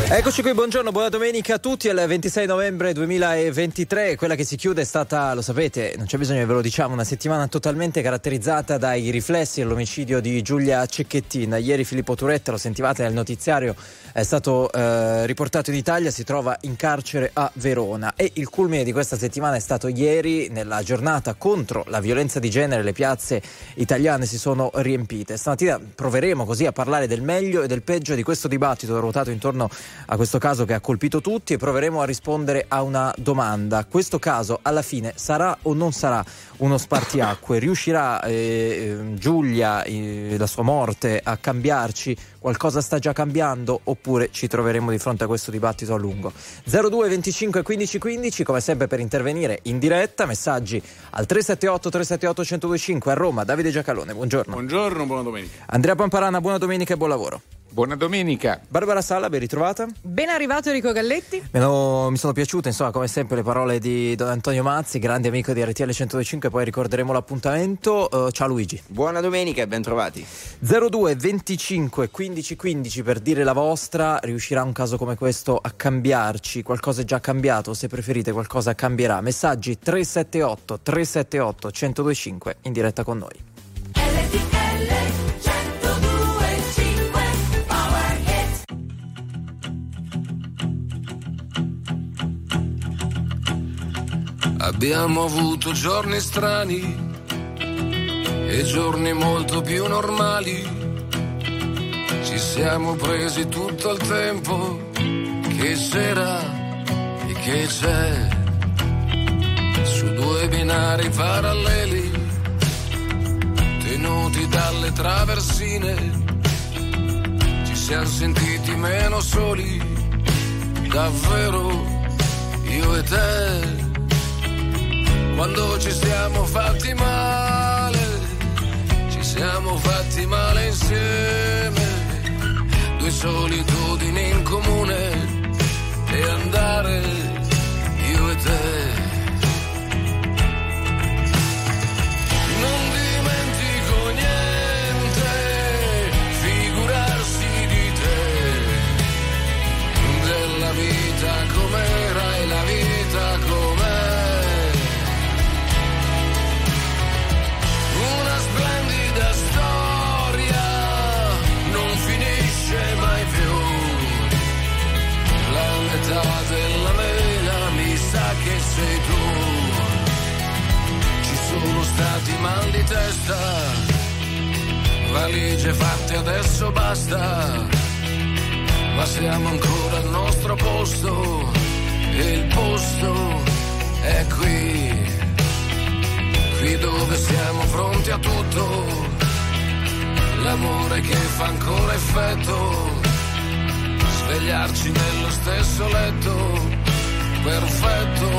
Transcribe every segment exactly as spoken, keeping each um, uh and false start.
Eccoci qui, buongiorno, buona domenica a tutti. È il ventisei novembre duemilaventitré, quella che si chiude è stata, lo sapete, non c'è bisogno che ve lo diciamo, una settimana totalmente caratterizzata dai riflessi dell'omicidio di Giulia Cecchettin. Ieri Filippo Turetta, lo sentivate nel notiziario, è stato eh, riportato in Italia, si trova in carcere a Verona, e il culmine di questa settimana è stato ieri, nella giornata contro la violenza di genere. Le piazze italiane si sono riempite. Stamattina proveremo così a parlare del meglio e del peggio di questo dibattito ruotato intorno a questo caso che ha colpito tutti, e proveremo a rispondere a una domanda: questo caso alla fine sarà o non sarà uno spartiacque? Riuscirà eh, Giulia, eh, la sua morte, a cambiarci? Qualcosa sta già cambiando, oppure ci troveremo di fronte a questo dibattito a lungo? zero due venticinque quindici quindici, come sempre per intervenire in diretta, messaggi al tre sette otto tre sette otto uno zero due cinque. A Roma Davide Giacalone, buongiorno. Buongiorno, buona domenica. Andrea Pamparana, buona domenica e buon lavoro. Buona domenica. Barbara Sala, ben ritrovata. Ben arrivato Enrico Galletti. Mi sono piaciute, insomma, come sempre, le parole di Don Antonio Mazzi, grande amico di R T L centodue e cinque, poi ricorderemo l'appuntamento. Uh, ciao Luigi. Buona domenica e ben trovati. zero due venticinque quindici quindici per dire la vostra. Riuscirà un caso come questo a cambiarci? Qualcosa è già cambiato? Se preferite, qualcosa cambierà? Messaggi tre sette otto tre sette otto uno zero due cinque in diretta con noi. R T L Abbiamo avuto giorni strani e giorni molto più normali. Ci siamo presi tutto il tempo che c'era e che c'è, su due binari paralleli, tenuti dalle traversine. Ci siamo sentiti meno soli, davvero, io e te. Quando ci siamo fatti male, ci siamo fatti male insieme. Due solitudini in comune, e andare io e te. Non dimentico niente, figurarsi di te, della vita com'era e la vita com'è. Una splendida storia, non finisce mai più. La metà della mela mi sa che sei tu. Ci sono stati mal di testa, valigie fatte adesso basta, ma siamo ancora al nostro posto, e il posto è qui. Qui dove siamo pronti a tutto, l'amore che fa ancora effetto, svegliarci nello stesso letto, perfetto,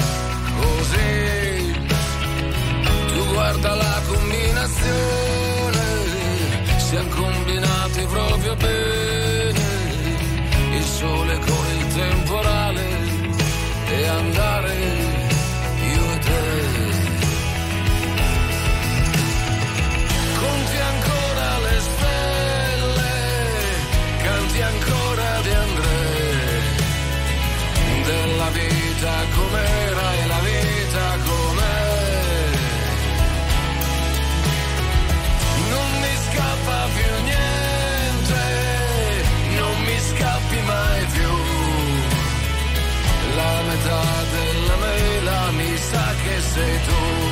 così. Tu guarda la combinazione, siamo combinati proprio bene, il sole con il temporale, e andare io e te. Conti ancora le stelle, canti ancora di André, della vita com'era e la vita com'è. Non mi scappa più niente, non mi scappi mai più. La metà della mela mi sa che sei tu.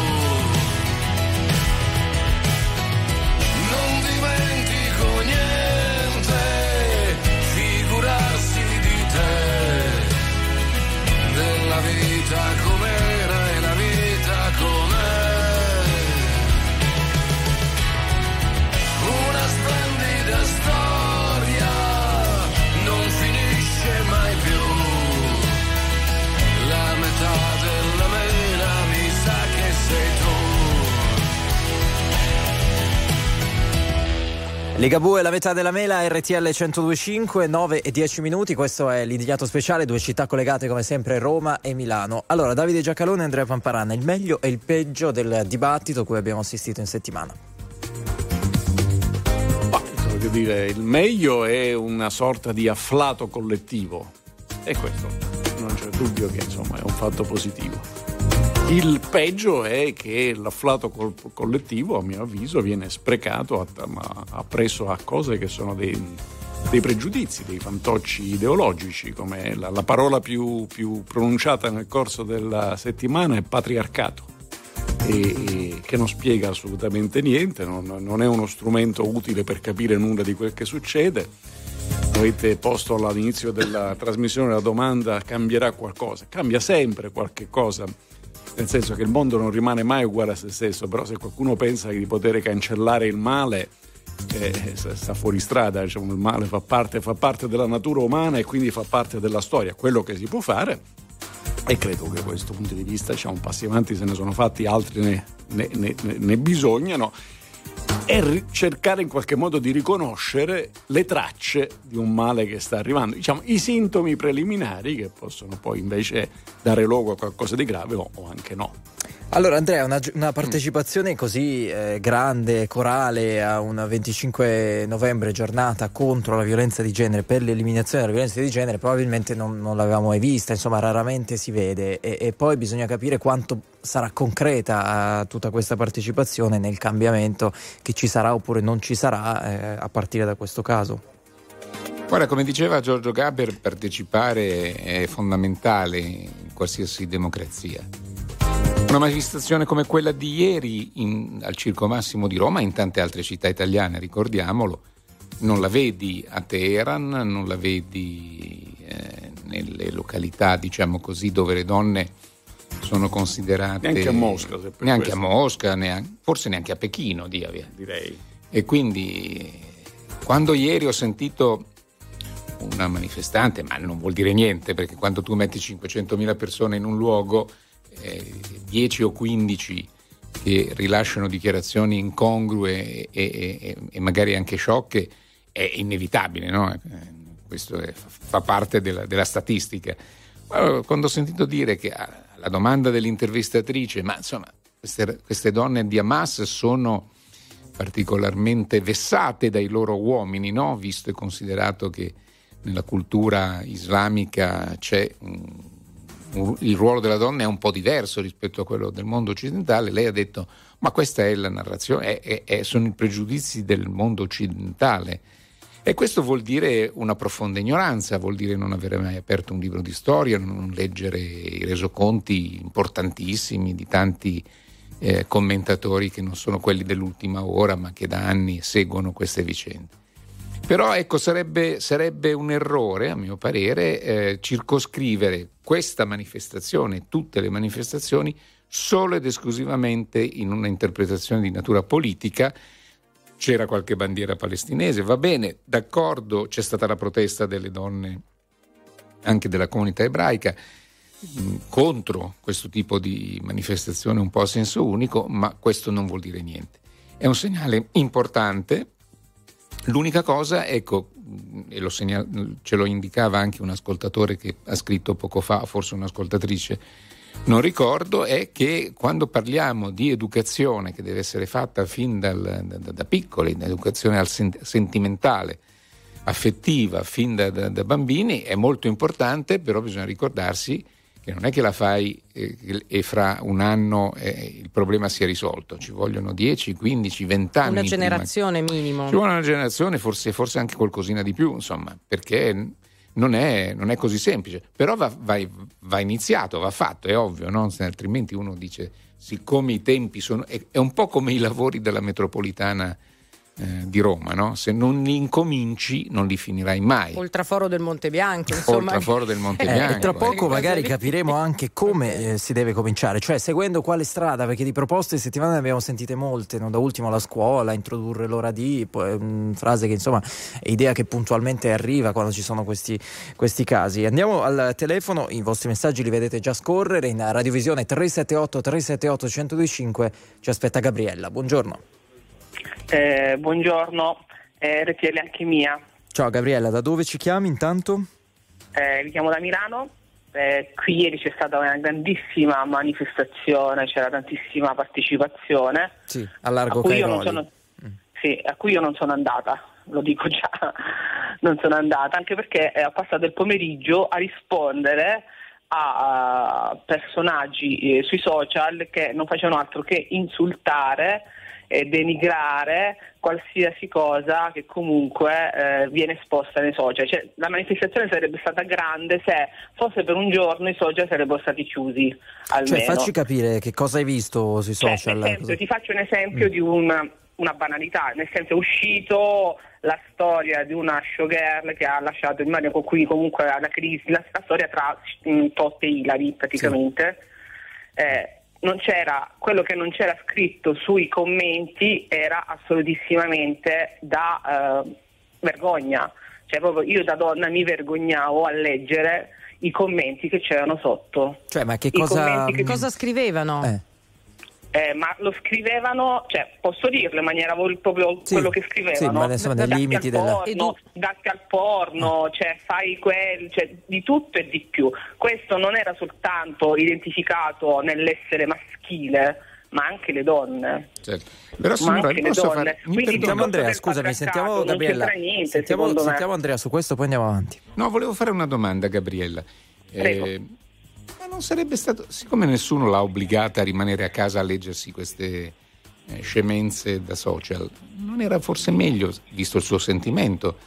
Non dimentico niente, figurarsi di te, della vita com'era e la vita com'è. Una splendida storia, non finisce mai più. La metà della mela mi sa che sei tu. Ligabue, la metà della mela, R T L centodue e cinque, nove e dieci minuti. Questo è l'indignato speciale, due città collegate come sempre, Roma e Milano. Allora, Davide Giacalone e Andrea Pamparana, il meglio e il peggio del dibattito cui abbiamo assistito in settimana. Ma, voglio dire, il meglio è una sorta di afflato collettivo, e questo non c'è dubbio che insomma è un fatto positivo. Il peggio è che l'afflato col- collettivo, a mio avviso, viene sprecato a, a, a preso a cose che sono dei, dei pregiudizi, dei fantocci ideologici, come la, la parola più, più pronunciata nel corso della settimana è patriarcato. E, e che non spiega assolutamente niente, non, non è uno strumento utile per capire nulla di quel che succede. Avete posto all'inizio della trasmissione la domanda: cambierà qualcosa? Cambia sempre qualche cosa, nel senso che il mondo non rimane mai uguale a se stesso, però se qualcuno pensa di poter cancellare il male, eh, sta fuori strada. Diciamo, il male fa parte, fa parte della natura umana e quindi fa parte della storia. Quello che si può fare, e credo che da questo punto di vista diciamo, passi avanti se ne sono fatti, altri ne, ne, ne, ne bisognano, è ri- cercare in qualche modo di riconoscere le tracce di un male che sta arrivando, diciamo i sintomi preliminari che possono poi invece dare luogo a qualcosa di grave o, o anche no. Allora Andrea, una, una partecipazione così eh, grande, corale, a una venticinque novembre, giornata contro la violenza di genere, per l'eliminazione della violenza di genere, probabilmente non, non l'avevamo mai vista, insomma raramente si vede, e, e poi bisogna capire quanto sarà concreta uh, tutta questa partecipazione nel cambiamento che ci sarà oppure non ci sarà eh, a partire da questo caso. Guarda, come diceva Giorgio Gaber, partecipare è fondamentale in qualsiasi democrazia. Una manifestazione come quella di ieri in, al Circo Massimo di Roma e in tante altre città italiane, ricordiamolo, non la vedi a Teheran, non la vedi eh, nelle località, diciamo così, dove le donne sono considerate... Neanche a Mosca. Se per neanche questo. a Mosca, neanche, forse neanche a Pechino, direi. direi. E quindi, quando ieri ho sentito una manifestante, ma non vuol dire niente, perché quando tu metti cinquecentomila persone in un luogo, eh, dieci o quindici che rilasciano dichiarazioni incongrue e, e, e magari anche sciocche, è inevitabile, no? Eh, questo è, fa parte della, della statistica. Allora, quando ho sentito dire che alla domanda dell'intervistatrice, ma insomma queste, queste donne di Hamas sono particolarmente vessate dai loro uomini, no? Visto e considerato che nella cultura islamica c'è un, un, il ruolo della donna è un po' diverso rispetto a quello del mondo occidentale. Lei ha detto: ma questa è la narrazione, è, è, è, sono i pregiudizi del mondo occidentale. E questo vuol dire una profonda ignoranza, vuol dire non avere mai aperto un libro di storia, non leggere i resoconti importantissimi di tanti eh, commentatori che non sono quelli dell'ultima ora, ma che da anni seguono queste vicende. Però ecco, sarebbe, sarebbe un errore, a mio parere, eh, circoscrivere questa manifestazione, tutte le manifestazioni, solo ed esclusivamente in una interpretazione di natura politica. C'era qualche bandiera palestinese, va bene, d'accordo, c'è stata la protesta delle donne anche della comunità ebraica mh, contro questo tipo di manifestazione un po' a senso unico, ma questo non vuol dire niente. È un segnale importante. L'unica cosa, ecco, e lo segnal- ce lo indicava anche un ascoltatore che ha scritto poco fa, forse un'ascoltatrice, non ricordo, è che quando parliamo di educazione che deve essere fatta fin dal, da, da piccoli, educazione al sen- sentimentale, affettiva, fin da, da, da bambini, è molto importante, però bisogna ricordarsi che non è che la fai eh, e fra un anno eh, il problema sia risolto, ci vogliono dieci, quindici, venti anni. Una generazione prima. minimo. Ci vuole una generazione, forse, forse anche qualcosina di più, insomma, perché non è, non è così semplice, però va, va, va iniziato, va fatto, è ovvio, no? Se altrimenti uno dice, siccome i tempi sono... È, è un po' come i lavori della metropolitana eh, di Roma, no? Se non li incominci non li finirai mai. O il traforo del Monte Bianco, insomma. O il traforo del Monte Eh, Bianco. e tra poco eh. magari capiremo anche come eh, si deve cominciare, cioè seguendo quale strada, perché di proposte settimane ne abbiamo sentite molte, no? Da ultimo la scuola, introdurre l'ora di, poi, mh, frase che insomma è idea che puntualmente arriva quando ci sono questi, questi casi. Andiamo al telefono, i vostri messaggi li vedete già scorrere in radiovisione tre sette otto tre sette otto uno zero due cinque, ci aspetta Gabriella, buongiorno. Eh, buongiorno, eh, R T L anche mia. Ciao Gabriella, da dove ci chiami intanto? Eh, vi chiamo da Milano. Eh, qui ieri c'è stata una grandissima manifestazione, c'era tantissima partecipazione. Sì, a Largo a cui io non Cairoli. sono, sì, a cui io non sono andata, lo dico già, non sono andata, anche perché ho passato il pomeriggio a rispondere a personaggi eh, sui social che non facevano altro che insultare e denigrare qualsiasi cosa che comunque eh, viene esposta nei social. Cioè, la manifestazione sarebbe stata grande se fosse per un giorno i social sarebbero stati chiusi almeno. Cioè, facci capire che cosa hai visto sui Cioè, social. nel senso, ti faccio un esempio mm. di una, una banalità, nel senso è uscito la storia di una showgirl che ha lasciato il marito con cui comunque la crisi, la, la storia tra um, Totti e Ilari praticamente. Sì. Eh, non c'era, quello che non c'era scritto sui commenti era assolutissimamente da uh, vergogna, cioè proprio io da donna mi vergognavo a leggere i commenti che c'erano sotto. Cioè, ma che I cosa che cosa scrivevano? Eh. Eh, ma lo scrivevano, cioè posso dirlo in maniera vol- proprio sì, quello che scrivevano, sì, ma insomma nei limiti della porno, datti al porno, ah. cioè fai quel, cioè di tutto e di più. Questo non era soltanto identificato nell'essere maschile, ma anche le donne. Certo. Però signora, posso fare... Sentiamo Andrea, scusami, sentiamo Gabriella. Niente, sentiamo, sentiamo Andrea su questo, poi andiamo avanti. No, volevo fare una domanda, Gabriella. Eh, ma non sarebbe stato, siccome nessuno l'ha obbligata a rimanere a casa a leggersi queste eh, scemenze da social, non era forse meglio, visto il suo sentimento,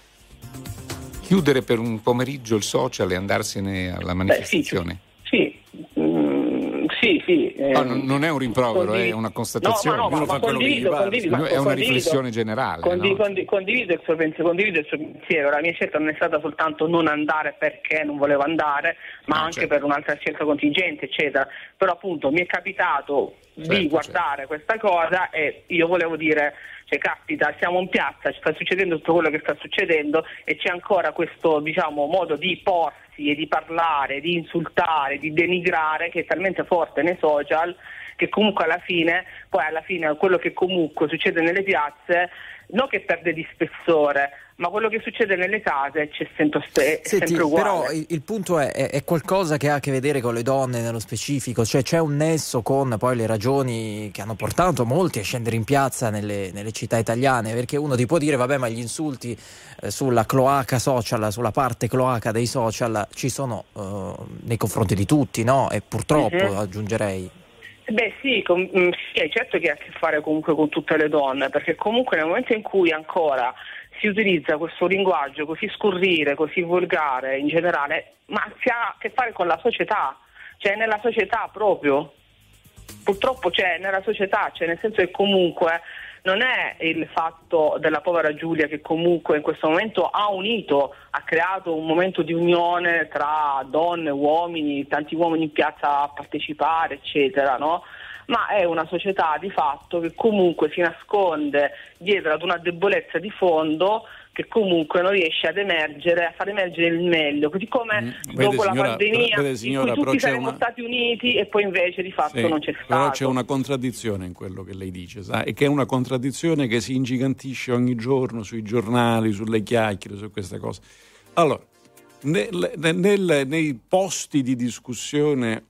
chiudere per un pomeriggio il social e andarsene alla manifestazione? Beh, sì, sì. Mm, sì, sì eh, no, non, non è un rimprovero, condivido. È una constatazione. No, ma no, ma, ma condivido, condivido, ma è una condivido, riflessione generale. Condivido, no? condivido, condivido il suo pensiero, condivido il suo pensiero. La mia scelta non è stata soltanto non andare perché non volevo andare, ma ah, anche certo. per un'altra scelta contingente, eccetera. Però appunto mi è capitato certo, di guardare certo. questa cosa e io volevo dire, cioè caspita, siamo in piazza, ci sta succedendo tutto quello che sta succedendo e c'è ancora questo, diciamo, modo di porsi e di parlare, di insultare, di denigrare che è talmente forte nei social che comunque alla fine, poi alla fine quello che comunque succede nelle piazze non che perde di spessore, ma quello che succede nelle case c'è sempre, è Senti, sempre uguale. Però il, il punto è, è, è qualcosa che ha a che vedere con le donne nello specifico, cioè c'è un nesso con poi le ragioni che hanno portato molti a scendere in piazza nelle, nelle città italiane, perché uno ti può dire vabbè ma gli insulti eh, sulla cloaca social, sulla parte cloaca dei social ci sono eh, nei confronti di tutti, no? E purtroppo uh-huh. aggiungerei. Beh sì, com- sì, certo che ha a che fare comunque con tutte le donne, perché comunque nel momento in cui ancora si utilizza questo linguaggio così scurrile, così volgare in generale, ma si ha a che fare con la società, cioè nella società proprio, purtroppo c'è nella società, cioè nel senso che comunque non è il fatto della povera Giulia che comunque in questo momento ha unito, ha creato un momento di unione tra donne, uomini, tanti uomini in piazza a partecipare, eccetera, no? Ma è una società di fatto che comunque si nasconde dietro ad una debolezza di fondo che comunque non riesce ad emergere, a far emergere il meglio, così come mm, dopo vede, la signora, pandemia vede, signora, in cui tutti saremmo una... stati uniti e poi invece di fatto sì, non c'è stato. Però c'è una contraddizione in quello che lei dice, sa? E che è una contraddizione che si ingigantisce ogni giorno sui giornali, sulle chiacchiere, su queste cose. Allora, nel, nel, nei posti di discussione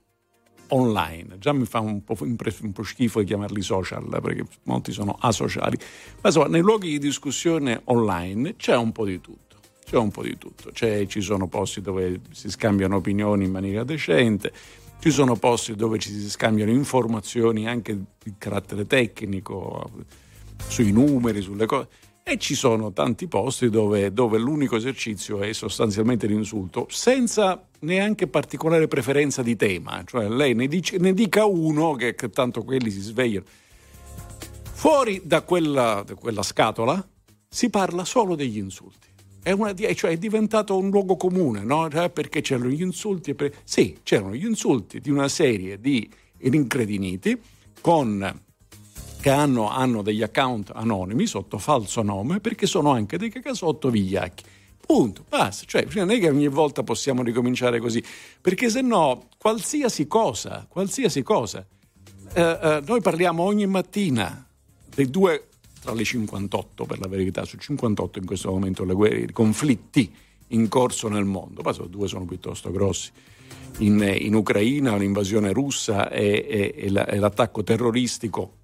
online, già mi fa un po', un po' schifo chiamarli social perché molti sono asociali, ma insomma nei luoghi di discussione online c'è un po' di tutto, c'è un po' di tutto, c'è, ci sono posti dove si scambiano opinioni in maniera decente, ci sono posti dove ci si scambiano informazioni anche di carattere tecnico sui numeri, sulle cose, e ci sono tanti posti dove, dove l'unico esercizio è sostanzialmente l'insulto senza neanche particolare preferenza di tema, cioè lei ne, dice, ne dica uno che, che tanto quelli si svegliano. Fuori da quella, da quella scatola si parla solo degli insulti, è, una, cioè è diventato un luogo comune, no? Cioè perché c'erano gli insulti, per... sì, c'erano gli insulti di una serie di incrediniti con... che hanno, hanno degli account anonimi sotto falso nome perché sono anche dei cacasotto vigliacchi. Punto, basta. Cioè, non è che ogni volta possiamo ricominciare così, perché se no qualsiasi cosa, qualsiasi cosa, eh, eh, noi parliamo ogni mattina dei due, tra le cinquantotto per la verità, su cinquantotto in questo momento le guerre, i conflitti in corso nel mondo, ma sono, due sono piuttosto grossi. In, in Ucraina l'invasione russa e, e, e, la, e l'attacco terroristico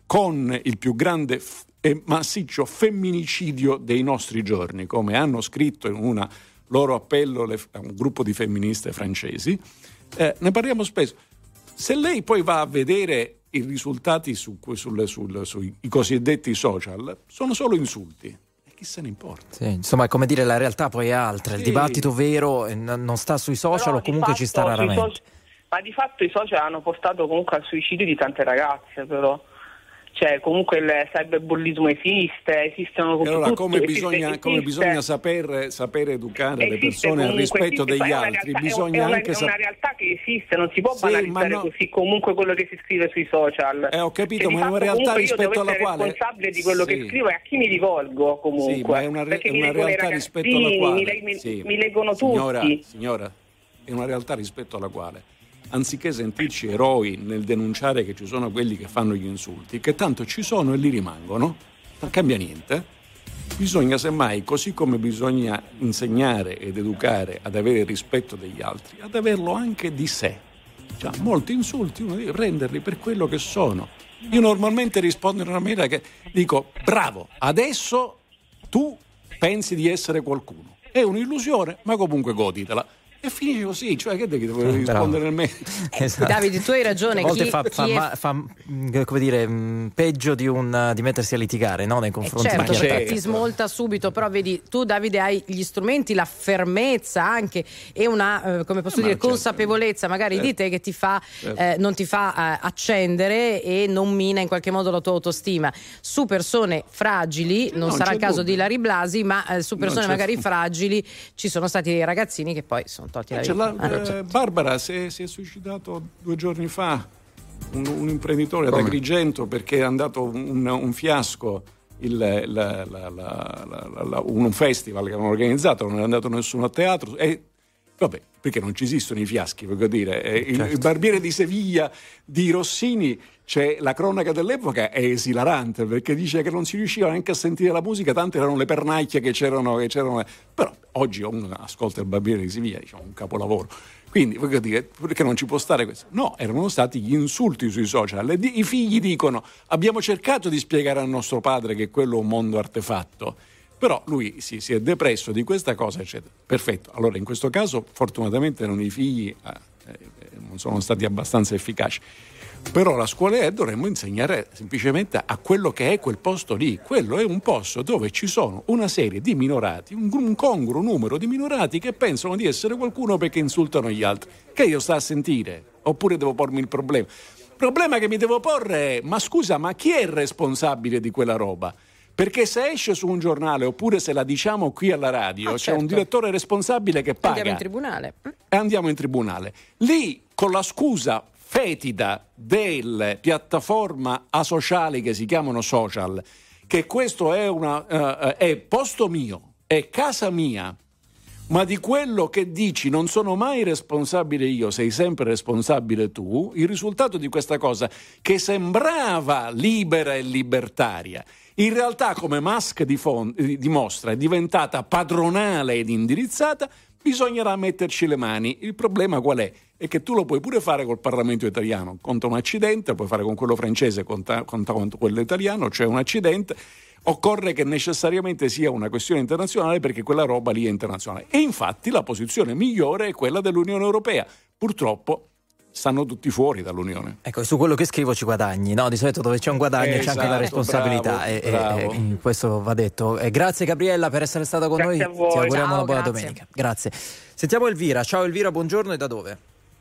con il più grande f- e massiccio femminicidio dei nostri giorni, come hanno scritto in una loro appello le, a un gruppo di femministe francesi. Eh, ne parliamo spesso. Se lei poi va a vedere i risultati su, sulle, sul, sui i cosiddetti social, sono solo insulti. E chi se ne importa? Sì, insomma, è come dire, la realtà poi è altra. Sì. Il dibattito vero non sta sui social, Però o comunque fatto, ci sta raramente. so- ma di fatto i social hanno portato comunque al suicidio di tante ragazze, però. Cioè, comunque il cyberbullismo esiste, esistono E allora tutto, come esiste, bisogna, esiste. come bisogna saper, saper educare le Esiste persone al comunque, rispetto esiste, degli è una altri? realtà- Bisogna è una, anche è una sap- realtà che esiste, non si può Sì, banalizzare ma no- così comunque quello che si scrive sui social. Eh, ho capito, Cioè, di ma è una fatto, realtà comunque rispetto io devo alla essere quale- responsabile di quello Sì. che scrivo e a chi mi rivolgo comunque. Sì, ma è una, re- perché è mi una leggono i realtà rispetto alla ragazzini, quale mi, leg- mi- sì. mi leggono signora, tutti. Signora, è una realtà rispetto alla quale, anziché sentirci eroi nel denunciare che ci sono quelli che fanno gli insulti, che tanto ci sono e lì rimangono, non cambia niente, bisogna semmai, così come bisogna insegnare ed educare ad avere il rispetto degli altri, ad averlo anche di sé. Cioè, molti insulti uno deve prenderli per quello che sono. Io normalmente rispondo in una maniera che dico: bravo, adesso tu pensi di essere qualcuno. È un'illusione, ma comunque goditela. E finisce così, cioè che devi rispondere nel meglio? Esatto. Davide, tu hai ragione. A volte chi, fa, chi fa, è... ma- fa, mh, come dire, mh, peggio di, un, di mettersi a litigare, no? Nei Eh, confronti certo, di chi certo. attacca. ti smolta subito, però vedi, tu Davide hai gli strumenti, la fermezza anche e una, eh, come posso Eh, ma dire, certo. consapevolezza magari Certo. di te che ti fa, Certo. eh, non ti fa eh, accendere e non mina in qualche modo la tua autostima. Su persone fragili, non, non sarà c'è il caso dubbio. di Larry Blasi, ma eh, su persone c'è magari dubbio. fragili ci sono stati dei ragazzini che poi sono tolti la C'è vita. la- eh, Barbara si è, si è suicidato due giorni fa, un, un imprenditore Come? ad Agrigento, perché è andato un, un fiasco il, la, la, la, la, la, la, un festival che avevano organizzato, non è andato nessuno a teatro e vabbè, perché non ci esistono i fiaschi, voglio dire. Eh, il, Certo. il Barbiere di Seviglia di Rossini, c'è la cronaca dell'epoca, è esilarante, perché dice che non si riusciva neanche a sentire la musica, tante erano le pernacchie che c'erano, che c'erano. Però oggi uno ascolta il Barbiere di Seviglia, diciamo un capolavoro. Quindi voglio dire, perché non ci può stare questo? No, erano stati gli insulti sui social. E di- I figli dicono: abbiamo cercato di spiegare al nostro padre che quello è un mondo artefatto. Però lui si, si è depresso di questa cosa, eccetera. Perfetto. Allora, in questo caso, fortunatamente, non i figli eh, eh, non sono stati abbastanza efficaci. Però la scuola è, dovremmo insegnare semplicemente a quello che è quel posto lì. Quello è un posto dove ci sono una serie di minorati, un, un congruo numero di minorati che pensano di essere qualcuno perché insultano gli altri. Che io sto a sentire? Oppure devo pormi il problema? Il problema che mi devo porre è: ma scusa, ma chi è il responsabile di quella roba? Perché se esce su un giornale oppure se la diciamo qui alla radio, Ah, c'è certo. un direttore responsabile che paga Andiamo in tribunale. e andiamo in tribunale. Lì, con la scusa fetida delle piattaforme asociali che si chiamano social, che questo è, una, uh, è posto mio, è casa mia, ma di quello che dici non sono mai responsabile io, sei sempre responsabile tu. Il risultato di questa cosa, che sembrava libera e libertaria, in realtà, come Musk dimostra, è diventata padronale ed indirizzata. Bisognerà metterci le mani. Il problema qual è? È che tu lo puoi pure fare col Parlamento italiano, conta un accidente, lo puoi fare con quello francese, conta, conta quello italiano, cioè un accidente. Occorre che necessariamente sia una questione internazionale, perché quella roba lì è internazionale. E infatti la posizione migliore è quella dell'Unione Europea. Purtroppo stanno tutti fuori dall'Unione. Ecco, su quello che scrivo ci guadagni, no? Di solito dove c'è un guadagno c'è anche la Esatto, responsabilità, bravo, e, e- bravo. e questo va detto. Eh, grazie Gabriella per essere stata con Grazie noi, a voi. ti auguriamo Ciao, una buona grazie. domenica. Grazie. Sentiamo Elvira. Ciao Elvira, buongiorno, e da dove?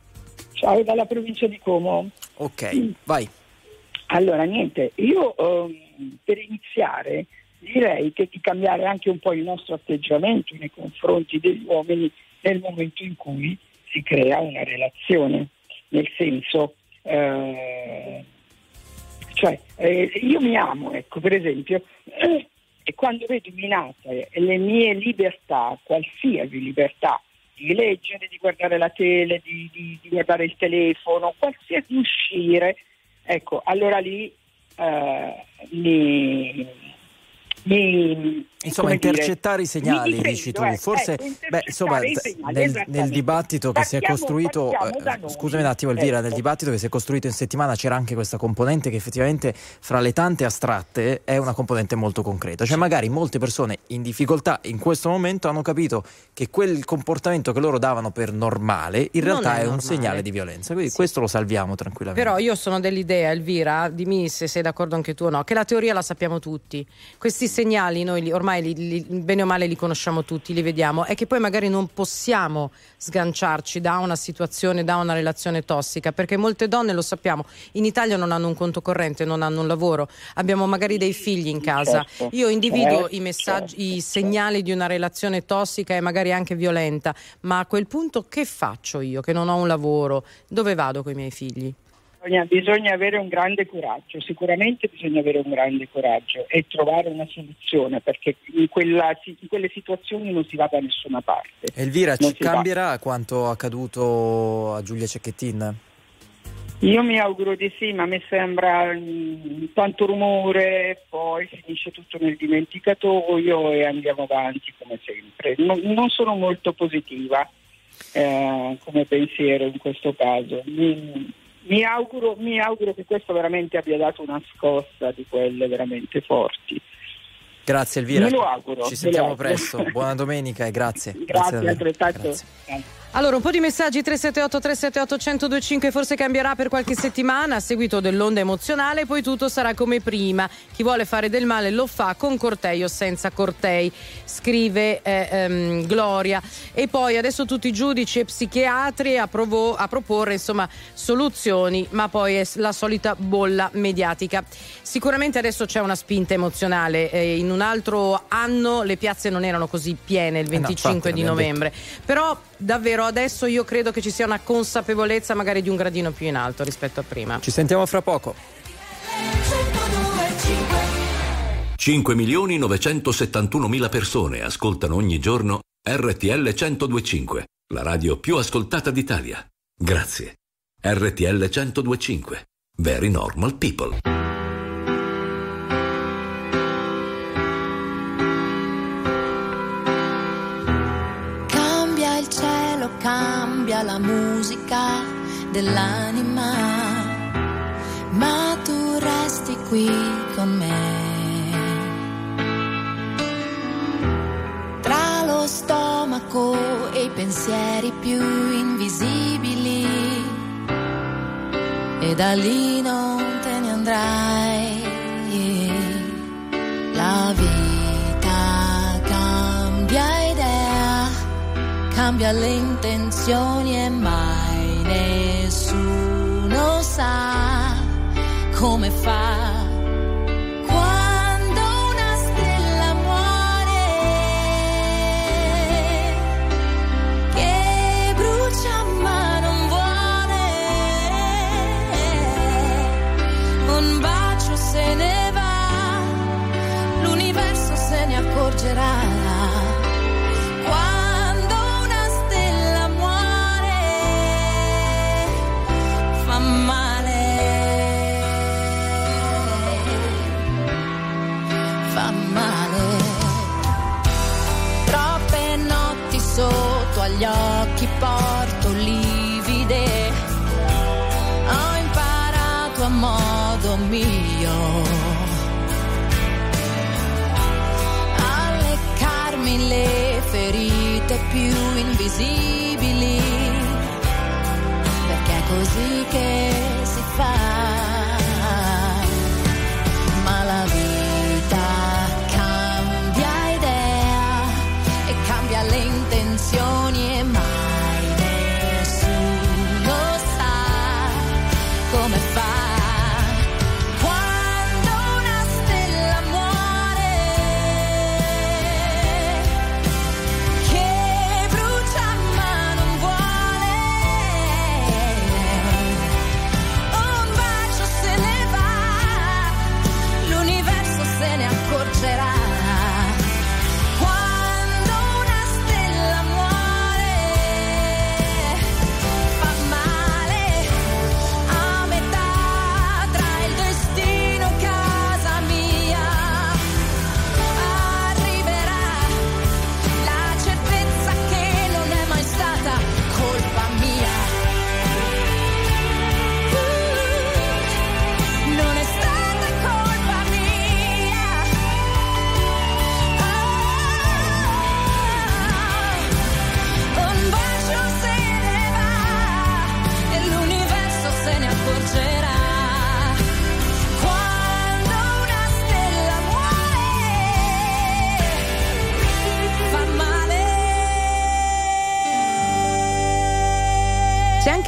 Ciao, dalla provincia di Como. Ok, vai. Allora, niente, io ehm, per iniziare direi che di cambiare anche un po' il nostro atteggiamento nei confronti degli uomini nel momento in cui si crea una relazione, nel senso, eh, cioè eh, io mi amo, ecco, per esempio, eh, e quando vedo minate le mie libertà, qualsiasi libertà, di leggere, di guardare la tele, di, di, di guardare il telefono, qualsiasi uscire, ecco, allora lì eh, mi, mi, Insomma, intercettare dire, i segnali, difendo, dici tu. Eh, Forse, ecco, beh, insomma, nel, nel dibattito che partiamo, si è costruito, eh, scusami un attimo Elvira, ecco. Nel dibattito che si è costruito in settimana c'era anche questa componente che effettivamente fra le tante astratte è una componente molto concreta. Cioè magari molte persone in difficoltà in questo momento hanno capito che quel comportamento che loro davano per normale in realtà è, è un segnale di violenza. Quindi sì. Questo lo salviamo tranquillamente. Però io sono dell'idea, Elvira, dimmi se sei d'accordo anche tu o no, che la teoria la sappiamo tutti. Questi segnali noi li, ormai li, li, bene o male li conosciamo tutti, li vediamo, è che poi magari non possiamo sganciarci da una situazione, da una relazione tossica, perché molte donne, lo sappiamo, in Italia non hanno un conto corrente, non hanno un lavoro, abbiamo magari dei figli in casa. Certo, io individuo certo, i messaggi, certo, i segnali di una relazione tossica e magari anche violenta, ma a quel punto che faccio io che non ho un lavoro? Dove vado con i miei figli? Bisogna, bisogna avere un grande coraggio, sicuramente bisogna avere un grande coraggio e trovare una soluzione, perché in, quella, in quelle situazioni non si va da nessuna parte. Elvira, non ci cambierà va. Quanto accaduto a Giulia Cecchettin? Io mi auguro di sì, ma mi sembra mh, tanto rumore, poi finisce tutto nel dimenticatoio e andiamo avanti come sempre. Non, non sono molto positiva eh, come pensiero in questo caso. Mi, Mi auguro, mi auguro che questo veramente abbia dato una scossa di quelle veramente forti. Grazie Elvira, me lo auguro, ci sentiamo presto, buona domenica e grazie. Grazie, grazie altrettanto. Grazie. Grazie. Allora, un po' di messaggi tre sette otto tre sette otto uno zero due cinque, forse cambierà per qualche settimana a seguito dell'onda emozionale, poi tutto sarà come prima. Chi vuole fare del male lo fa con cortei o senza cortei, scrive eh, ehm, Gloria. E poi adesso tutti i giudici e psichiatri a, provo- a proporre insomma soluzioni, ma poi è la solita bolla mediatica. Sicuramente adesso c'è una spinta emozionale, eh, in un altro anno le piazze non erano così piene il venticinque eh no, infatti, di novembre, però davvero adesso io credo che ci sia una consapevolezza magari di un gradino più in alto rispetto a prima. Ci sentiamo fra poco. cinque milioni novecentosettantunomila persone ascoltano ogni giorno R T L centodue e cinque, la radio più ascoltata d'Italia. Grazie. R T L centodue e cinque. Very normal people. Cambia la musica dell'anima, ma tu resti qui con me. Tra lo stomaco e i pensieri più invisibili, e da lì non te ne andrai. La vita cambia idea, cambia le intenzioni e mai nessuno sa come fa. Quando una stella muore, che brucia ma non vuole, un bacio se ne va, l'universo se ne accorgerà. Sotto agli occhi porto livide, ho imparato a modo mio a leccarmi le ferite più invisibili, perché è così che si fa. Ma la vita cambia idea e cambia le intenzioni e mai nessuno sa come fa. Quando una stella muore, che brucia ma non vuole, un bacio se ne va, l'universo se ne accorgerà. Arriverà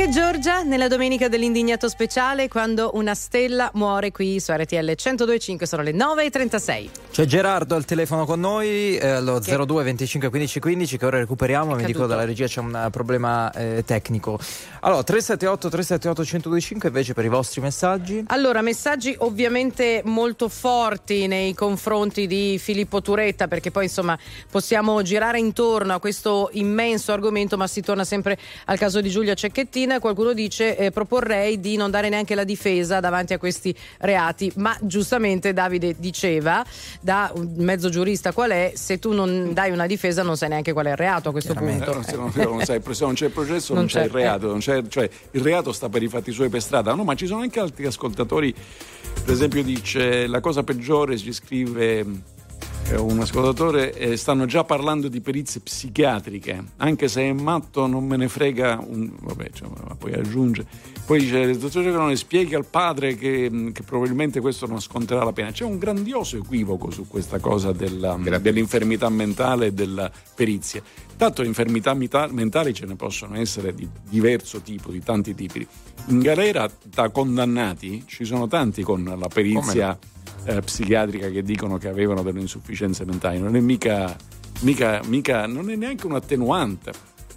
E Giorgia, nella domenica dell'indignato speciale, quando una stella muore qui su R T L centodue e cinque, sono le nove e trentasei. C'è Gerardo al telefono con noi, eh, allo che... zero due venticinque quindici quindici, che ora recuperiamo. Mi dicono dalla regia c'è un problema eh, tecnico. Allora, tre sette otto tre sette otto uno zero due cinque invece per i vostri messaggi. Allora, messaggi ovviamente molto forti nei confronti di Filippo Turetta, perché poi insomma possiamo girare intorno a questo immenso argomento, ma si torna sempre al caso di Giulia Cecchettin. Qualcuno dice eh, proporrei di non dare neanche la difesa davanti a questi reati, ma giustamente Davide diceva, da un mezzo giurista qual è, se tu non dai una difesa non sai neanche qual è il reato a questo punto. Eh, se non, non, sai, se non c'è il processo non, non c'è, c'è il reato, non c'è, cioè il reato sta per i fatti suoi per strada. No, ma ci sono anche altri ascoltatori, per esempio dice la cosa peggiore, si scrive un ascoltatore, eh, stanno già parlando di perizie psichiatriche, anche se è matto non me ne frega un... vabbè, cioè, poi aggiunge, poi dice il dottor Giaconone spiega al padre che, che probabilmente questo non sconterà la pena. C'è un grandioso equivoco su questa cosa della, dell'infermità mentale e della perizia. Tanto infermità mentali ce ne possono essere di diverso tipo, di tanti tipi. In galera da condannati ci sono tanti con la perizia eh, psichiatrica che dicono che avevano delle insufficienze mentali. Non è mica, mica, mica non è neanche un attenuante,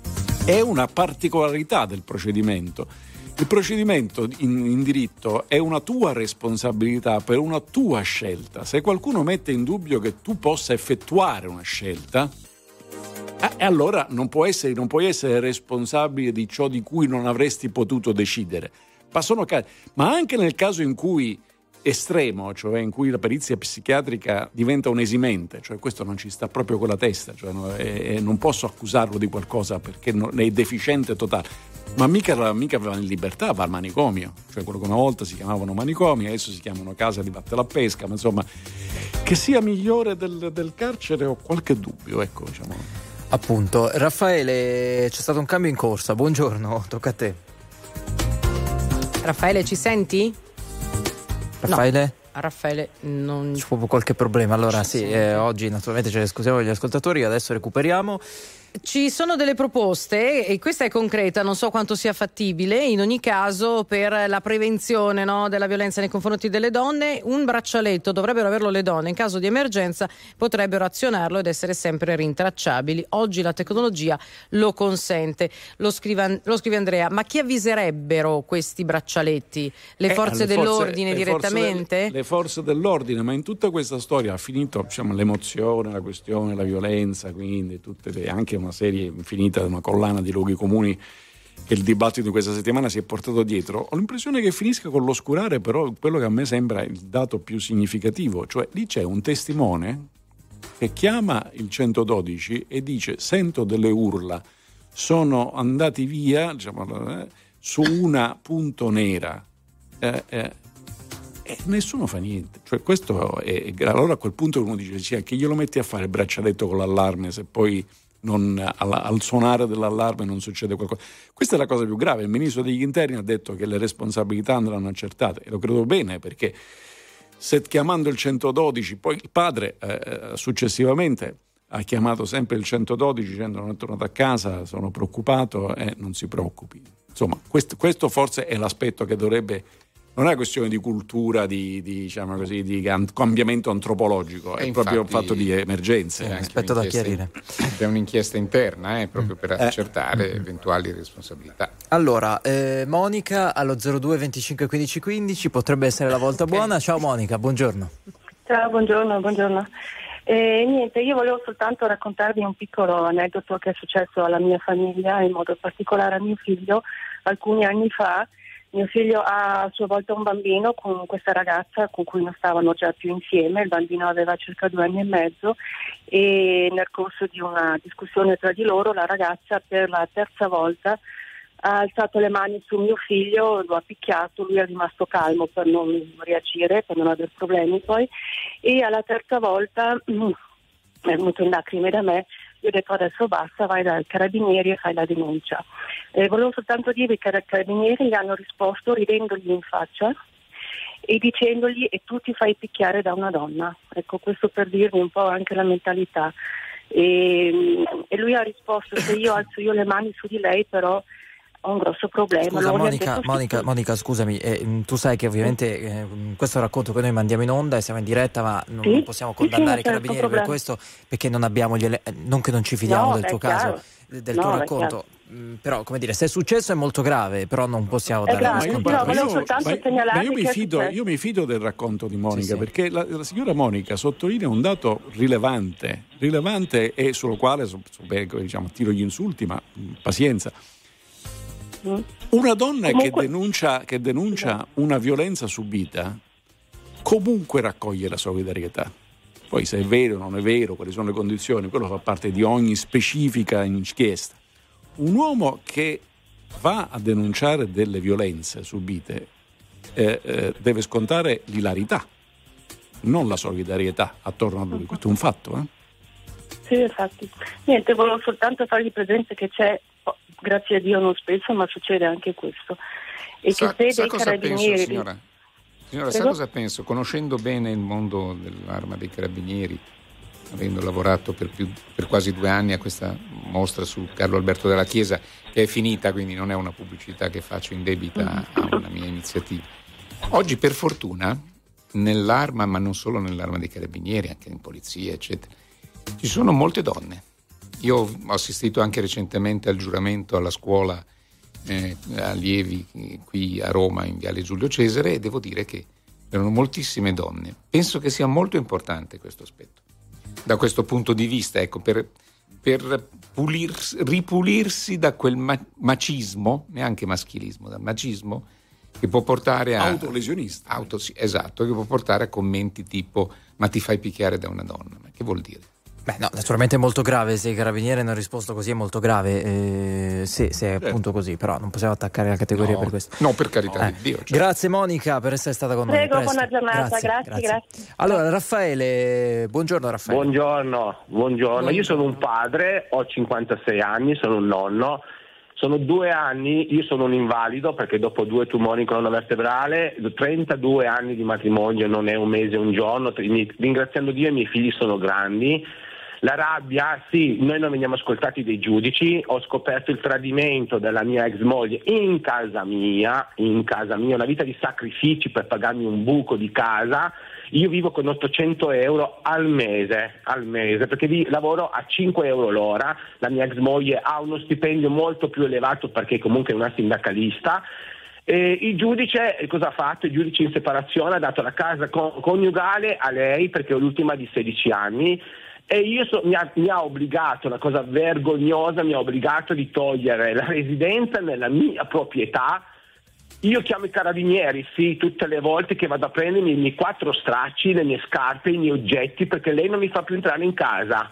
è una particolarità del procedimento. Il procedimento in, in diritto è una tua responsabilità per una tua scelta. Se qualcuno mette in dubbio che tu possa effettuare una scelta, e allora non può essere, non puoi essere responsabile di ciò di cui non avresti potuto decidere. Ma, sono, ma anche nel caso in cui estremo, cioè in cui la perizia psichiatrica diventa un esimente, cioè questo non ci sta proprio con la testa, cioè no, e, e non posso accusarlo di qualcosa perché non, è deficiente totale. Ma mica, mica va in libertà, va al manicomio, cioè quello che una volta si chiamavano manicomi, adesso si chiamano casa di vattela a pesca, ma insomma, che sia migliore del, del carcere ho qualche dubbio, ecco, diciamo. Appunto, Raffaele, c'è stato un cambio in corsa, buongiorno, tocca a te. Raffaele, ci senti? Raffaele? No. A Raffaele non c'è proprio qualche problema. Allora sì, eh, oggi naturalmente ce ne scusiamo degli ascoltatori, adesso recuperiamo. Ci sono delle proposte e questa è concreta, non so quanto sia fattibile, in ogni caso per la prevenzione, no, della violenza nei confronti delle donne, un braccialetto dovrebbero averlo le donne, in caso di emergenza potrebbero azionarlo ed essere sempre rintracciabili. Oggi la tecnologia lo consente. Lo scrive, lo scrive Andrea, ma chi avviserebbero questi braccialetti? Le eh, forze le dell'ordine forze, direttamente? Le forze, del, le forze dell'ordine, ma in tutta questa storia ha finito, diciamo, l'emozione, la questione, la violenza, quindi tutte le, anche una serie infinita, una collana di luoghi comuni che il dibattito di questa settimana si è portato dietro. Ho l'impressione che finisca con l'oscurare però quello che a me sembra il dato più significativo, cioè lì c'è un testimone che chiama il centododici e dice sento delle urla, sono andati via, diciamo, eh, su una punto nera eh, eh, e nessuno fa niente, cioè questo è, allora a quel punto uno dice sì, che glielo metti a fare il braccialetto con l'allarme se poi non, al, al suonare dell'allarme non succede qualcosa. Questa è la cosa più grave. Il ministro degli interni ha detto che le responsabilità andranno accertate e lo credo bene, perché se chiamando il centododici poi il padre eh, successivamente ha chiamato sempre il centododici dicendo non è tornato a casa, sono preoccupato, e eh, non si preoccupi. Insomma, questo, questo forse è l'aspetto che dovrebbe, non è una questione di cultura, di, di diciamo così, di cambiamento antropologico, è, è infatti, proprio un fatto di emergenze. È aspetto da chiarire. È un'inchiesta interna, eh, proprio per accertare eh. eventuali responsabilità. Allora, eh, Monica allo zero due venticinque quindici quindici, potrebbe essere la volta buona. Ciao Monica, buongiorno. Ciao, buongiorno, buongiorno. Eh, niente, io volevo soltanto raccontarvi un piccolo aneddoto che è successo alla mia famiglia, in modo particolare a mio figlio, alcuni anni fa. Mio figlio ha a sua volta un bambino con questa ragazza con cui non stavano già più insieme, il bambino aveva circa due anni e mezzo e nel corso di una discussione tra di loro la ragazza per la terza volta ha alzato le mani su mio figlio, lo ha picchiato, lui è rimasto calmo per non reagire, per non avere problemi poi, e alla terza volta è venuto in lacrime da me. Io ho detto adesso basta, vai dai carabinieri e fai la denuncia. Eh, volevo soltanto dirvi che i carabinieri gli hanno risposto ridendogli in faccia e dicendogli e tu ti fai picchiare da una donna. Ecco, questo per dirvi un po' anche la mentalità. E, e lui ha risposto se io alzo io le mani su di lei però ho un grosso problema. Scusa, Monica, Monica, Monica, scusami, eh, tu sai che ovviamente eh, questo racconto che noi mandiamo in onda e siamo in diretta, ma non sì? possiamo condannare sì, sì, i carabinieri per questo, perché non abbiamo gli ele- non che non ci fidiamo no, del tuo chiaro. caso, del no, tuo racconto. Mm, però, come dire, se è successo è molto grave, però non possiamo dare grave, una no, scontata. volevo soltanto ma, segnalare ma io, mi che fido, è io mi fido del racconto di Monica, sì, sì. perché la, la signora Monica sottolinea un dato rilevante, rilevante e sul quale so, so, beh, diciamo, tiro gli insulti, ma mh, pazienza. Mm. Una donna Comunque... che denuncia, che denuncia una violenza subita comunque raccoglie la solidarietà. Poi se è vero o non è vero, quali sono le condizioni, quello fa parte di ogni specifica inchiesta. Un uomo che va a denunciare delle violenze subite eh, eh, deve scontare l'ilarità, non la solidarietà attorno a lui. Questo è un fatto, eh? Sì, infatti. Niente, volevo soltanto fargli presente che c'è, oh, grazie a Dio non spesso, ma succede anche questo. E sa, che se sa dei cosa carabinieri... penso, signora? Signora, sa Prego? cosa penso? Conoscendo bene il mondo dell'arma dei carabinieri, avendo lavorato per, più, per quasi due anni a questa mostra su Carlo Alberto della Chiesa, che è finita, quindi non è una pubblicità che faccio in debita a una mia iniziativa. Oggi, per fortuna, nell'arma, ma non solo nell'arma dei carabinieri, anche in polizia, eccetera, ci sono molte donne. Io ho assistito anche recentemente al giuramento alla scuola eh, allievi qui a Roma, in Viale Giulio Cesare, e devo dire che erano moltissime donne. Penso che sia molto importante questo aspetto. Da questo punto di vista, ecco, per, per pulirsi, ripulirsi da quel ma- macismo, neanche maschilismo, dal macismo che può portare a... Autolesionista. Auto, sì, esatto, che può portare a commenti tipo ma ti fai picchiare da una donna. Ma che vuol dire? Beh, no, naturalmente è molto grave, se i carabinieri hanno risposto così è molto grave, eh, sì, se è appunto così, però non possiamo attaccare la categoria no, per questo. No, per carità eh. di Dio. Cioè. Grazie Monica per essere stata con noi. Prego, Presto. buona giornata, grazie, grazie, grazie. grazie. Allora, Raffaele, buongiorno Raffaele. Buongiorno, buongiorno, buongiorno. Io sono un padre, ho cinquantasei anni, sono un nonno. Sono due anni, io sono un invalido perché dopo due tumori in colonna vertebrale, trentadue anni di matrimonio, non è un mese, un giorno, ringraziando Dio i miei figli sono grandi. La rabbia, sì, noi non veniamo ascoltati dai giudici, ho scoperto il tradimento della mia ex moglie in casa mia, in casa mia, una vita di sacrifici per pagarmi un buco di casa. Io vivo con ottocento euro al mese, al mese, perché vi lavoro a cinque euro l'ora, la mia ex moglie ha uno stipendio molto più elevato perché comunque è una sindacalista. E il giudice cosa ha fatto? Il giudice in separazione ha dato la casa con, coniugale a lei perché è l'ultima di sedici anni. E io so, mi, ha, mi ha obbligato, una cosa vergognosa, mi ha obbligato di togliere la residenza nella mia proprietà. Io chiamo i carabinieri, sì, tutte le volte che vado a prendermi i miei quattro stracci, le mie scarpe, i miei oggetti, perché lei non mi fa più entrare in casa.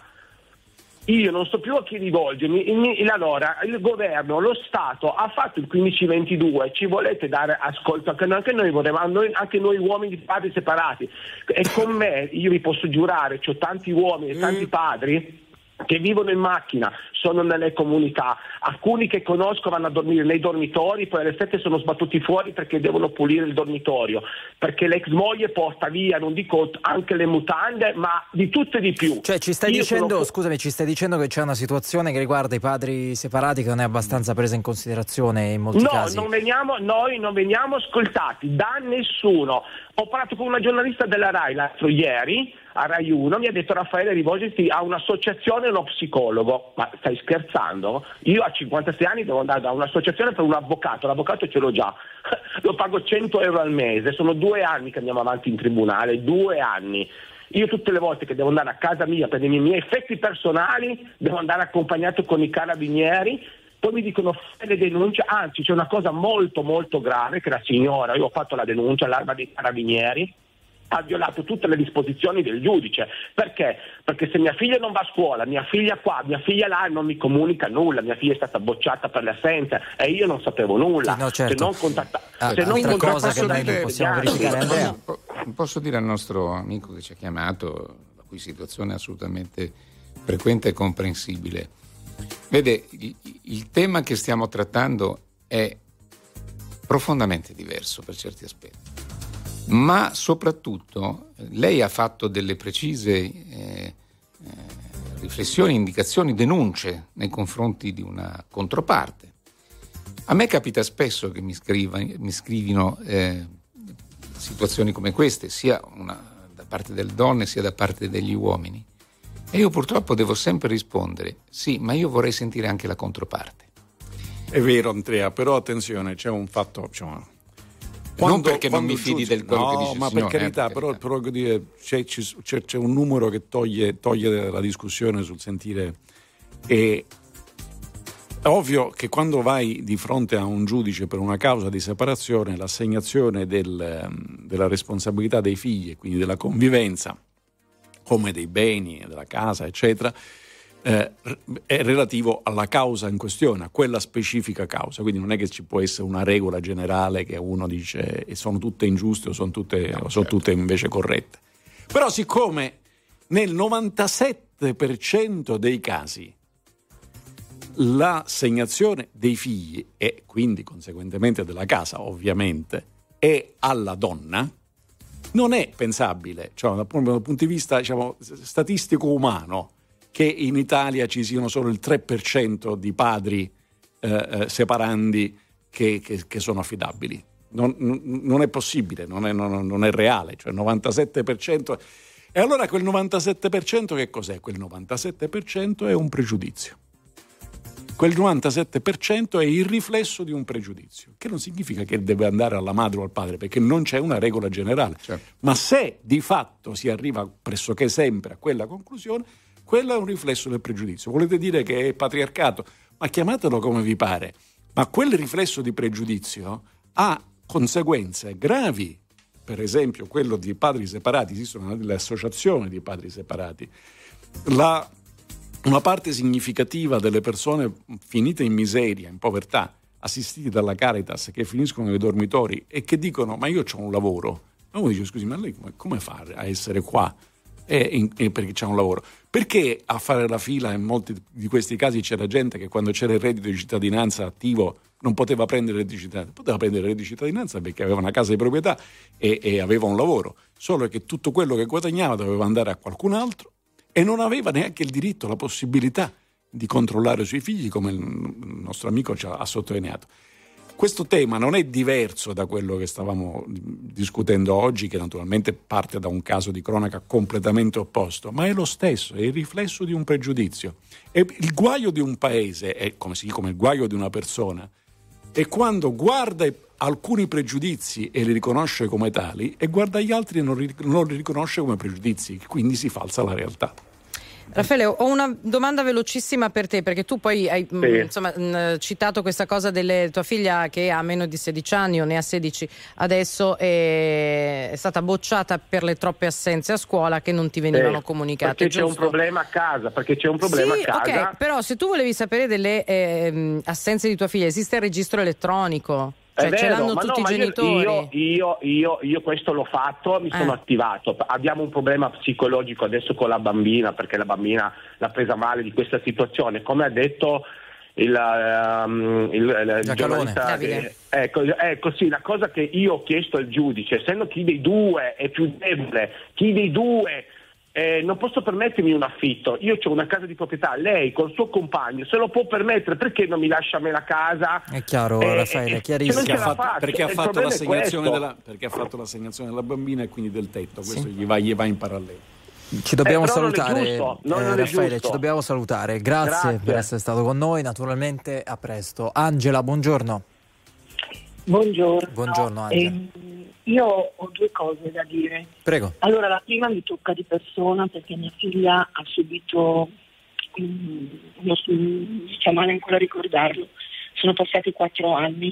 Io non so più a chi rivolgermi. Allora, il governo, lo Stato ha fatto il quindici ventidue, ci volete dare ascolto? Anche noi, anche noi vorremmo, anche noi uomini di padri separati. E con me, io vi posso giurare, c'ho tanti uomini e tanti padri che vivono in macchina, sono nelle comunità, alcuni che conosco vanno a dormire nei dormitori, poi alle sette sono sbattuti fuori perché devono pulire il dormitorio, perché l'ex moglie porta via, non dico anche le mutande, ma di tutto e di più. Cioè ci stai Io dicendo, sono... scusami, ci stai dicendo che c'è una situazione che riguarda i padri separati che non è abbastanza presa in considerazione in molti no, casi? No, noi non veniamo ascoltati da nessuno. Ho parlato con una giornalista della Rai l'altro ieri, a Rai uno, mi ha detto Raffaele rivolgiti a un'associazione e uno psicologo. Ma stai scherzando? Io a cinquantasei anni devo andare da un'associazione per un avvocato, l'avvocato ce l'ho già, lo pago cento euro al mese, sono due anni che andiamo avanti in tribunale, due anni. Io tutte le volte che devo andare a casa mia per i miei effetti personali devo andare accompagnato con i carabinieri. Poi mi dicono fai le denunce, anzi c'è una cosa molto molto grave che la signora, io ho fatto la denuncia all'arma dei carabinieri, ha violato tutte le disposizioni del giudice. Perché? Perché se mia figlia non va a scuola, mia figlia qua, mia figlia là, non mi comunica nulla, mia figlia è stata bocciata per le assenze e io non sapevo nulla. Sì, no, certo. Se non contatta- ah, se non cosa che noi non possiamo verificare, Andrea. Posso dire al nostro amico che ci ha chiamato, la cui situazione è assolutamente frequente e comprensibile. Vede, il, il tema che stiamo trattando è profondamente diverso per certi aspetti, ma soprattutto lei ha fatto delle precise eh, eh, riflessioni, indicazioni, denunce nei confronti di una controparte. A me capita spesso che mi, scriva, mi scrivino eh, situazioni come queste, sia una, da parte delle donne sia da parte degli uomini, e io purtroppo devo sempre rispondere sì, ma io vorrei sentire anche la controparte. È vero, Andrea, però attenzione, c'è un fatto, diciamo, quando, non perché non mi fidi del quello no, che dice il ma signore, per carità, eh, per però, carità. però dire, c'è, c'è, c'è un numero che toglie, toglie la discussione sul sentire. E è ovvio che quando vai di fronte a un giudice per una causa di separazione, l'assegnazione del, della responsabilità dei figli, quindi della convivenza, come dei beni, della casa, eccetera, eh, è relativo alla causa in questione, a quella specifica causa. Quindi non è che ci può essere una regola generale che uno dice e sono tutte ingiuste o sono tutte, no, o sono certo. tutte invece corrette. Però siccome nel novantasette per cento dei casi l'assegnazione dei figli e quindi conseguentemente della casa ovviamente è alla donna, non è pensabile, cioè dal punto di vista, diciamo, statistico umano, che in Italia ci siano solo il tre per cento di padri eh, eh, separandi che, che, che sono affidabili. Non, non è possibile, non è, non, non è reale, cioè il novantasette per cento. E allora quel novantasette per cento che cos'è? Quel novantasette per cento è un pregiudizio. Quel novantasette per cento è il riflesso di un pregiudizio, che non significa che deve andare alla madre o al padre, perché non c'è una regola generale. Certo. Ma se di fatto si arriva pressoché sempre a quella conclusione, quello è un riflesso del pregiudizio. Volete dire che è patriarcato? Ma chiamatelo come vi pare. Ma quel riflesso di pregiudizio ha conseguenze gravi. Per esempio, quello di padri separati, esistono delle associazioni di padri separati. La Una parte significativa delle persone finite in miseria, in povertà, assistiti dalla Caritas, che finiscono nei dormitori e che dicono ma io ho un lavoro. Ma uno dice scusi, ma lei come, come fa a essere qua? E, in, e perché c'è un lavoro. Perché a fare la fila in molti di questi casi c'era gente che quando c'era il reddito di cittadinanza attivo non poteva prendere il reddito di cittadinanza? Poteva prendere il reddito di cittadinanza perché aveva una casa di proprietà e, e aveva un lavoro. Solo che tutto quello che guadagnava doveva andare a qualcun altro e non aveva neanche il diritto, la possibilità di controllare i suoi figli, come il nostro amico ci ha, ha sottolineato. Questo tema non è diverso da quello che stavamo discutendo oggi, che naturalmente parte da un caso di cronaca completamente opposto, ma è lo stesso, è il riflesso di un pregiudizio. E il guaio di un paese, è come si dice, come il guaio di una persona, è quando guarda alcuni pregiudizi e li riconosce come tali e guarda gli altri e non li, non li riconosce come pregiudizi, quindi si falsa la realtà. Raffaele, ho una domanda velocissima per te, perché tu poi hai sì. mh, insomma, mh, citato questa cosa delle tua figlia che ha meno di sedici anni o ne ha sedici adesso, è, è stata bocciata per le troppe assenze a scuola che non ti venivano sì, comunicate. Perché giusto? c'è un problema a casa, perché c'è un problema sì, a casa. Ok, però se tu volevi sapere delle eh, assenze di tua figlia, esiste il registro elettronico? Cioè, vero, ce l'hanno ma tutti no, i genitori. Io, io, io, io questo l'ho fatto, mi sono eh. attivato. Abbiamo un problema psicologico adesso con la bambina, perché la bambina l'ha presa male di questa situazione. Come ha detto il, um, il, il, il giornalista, che, ecco, ecco sì, la cosa che io ho chiesto al giudice, essendo chi dei due è più debole, chi dei due Eh, non posso permettermi un affitto, io ho una casa di proprietà, lei col suo compagno se lo può permettere, perché non mi lascia a me la casa? È chiaro, eh, Raffaele, è chiarissimo. Perché ha fatto, perché ha fatto l'assegnazione della, perché ha fatto l'assegnazione della bambina e quindi del tetto, questo sì. gli, va, gli va in parallelo. Ci dobbiamo eh, salutare, giusto, non eh, è Raffaele, giusto. ci dobbiamo salutare. Grazie, Grazie per essere stato con noi, naturalmente a presto. Angela, buongiorno. Buongiorno. Buongiorno Angela. Eh, io ho due cose da dire. Prego. Allora, la prima mi tocca di persona perché mia figlia ha subito, um, uno, mi fa male ancora ricordarlo, sono passati quattro anni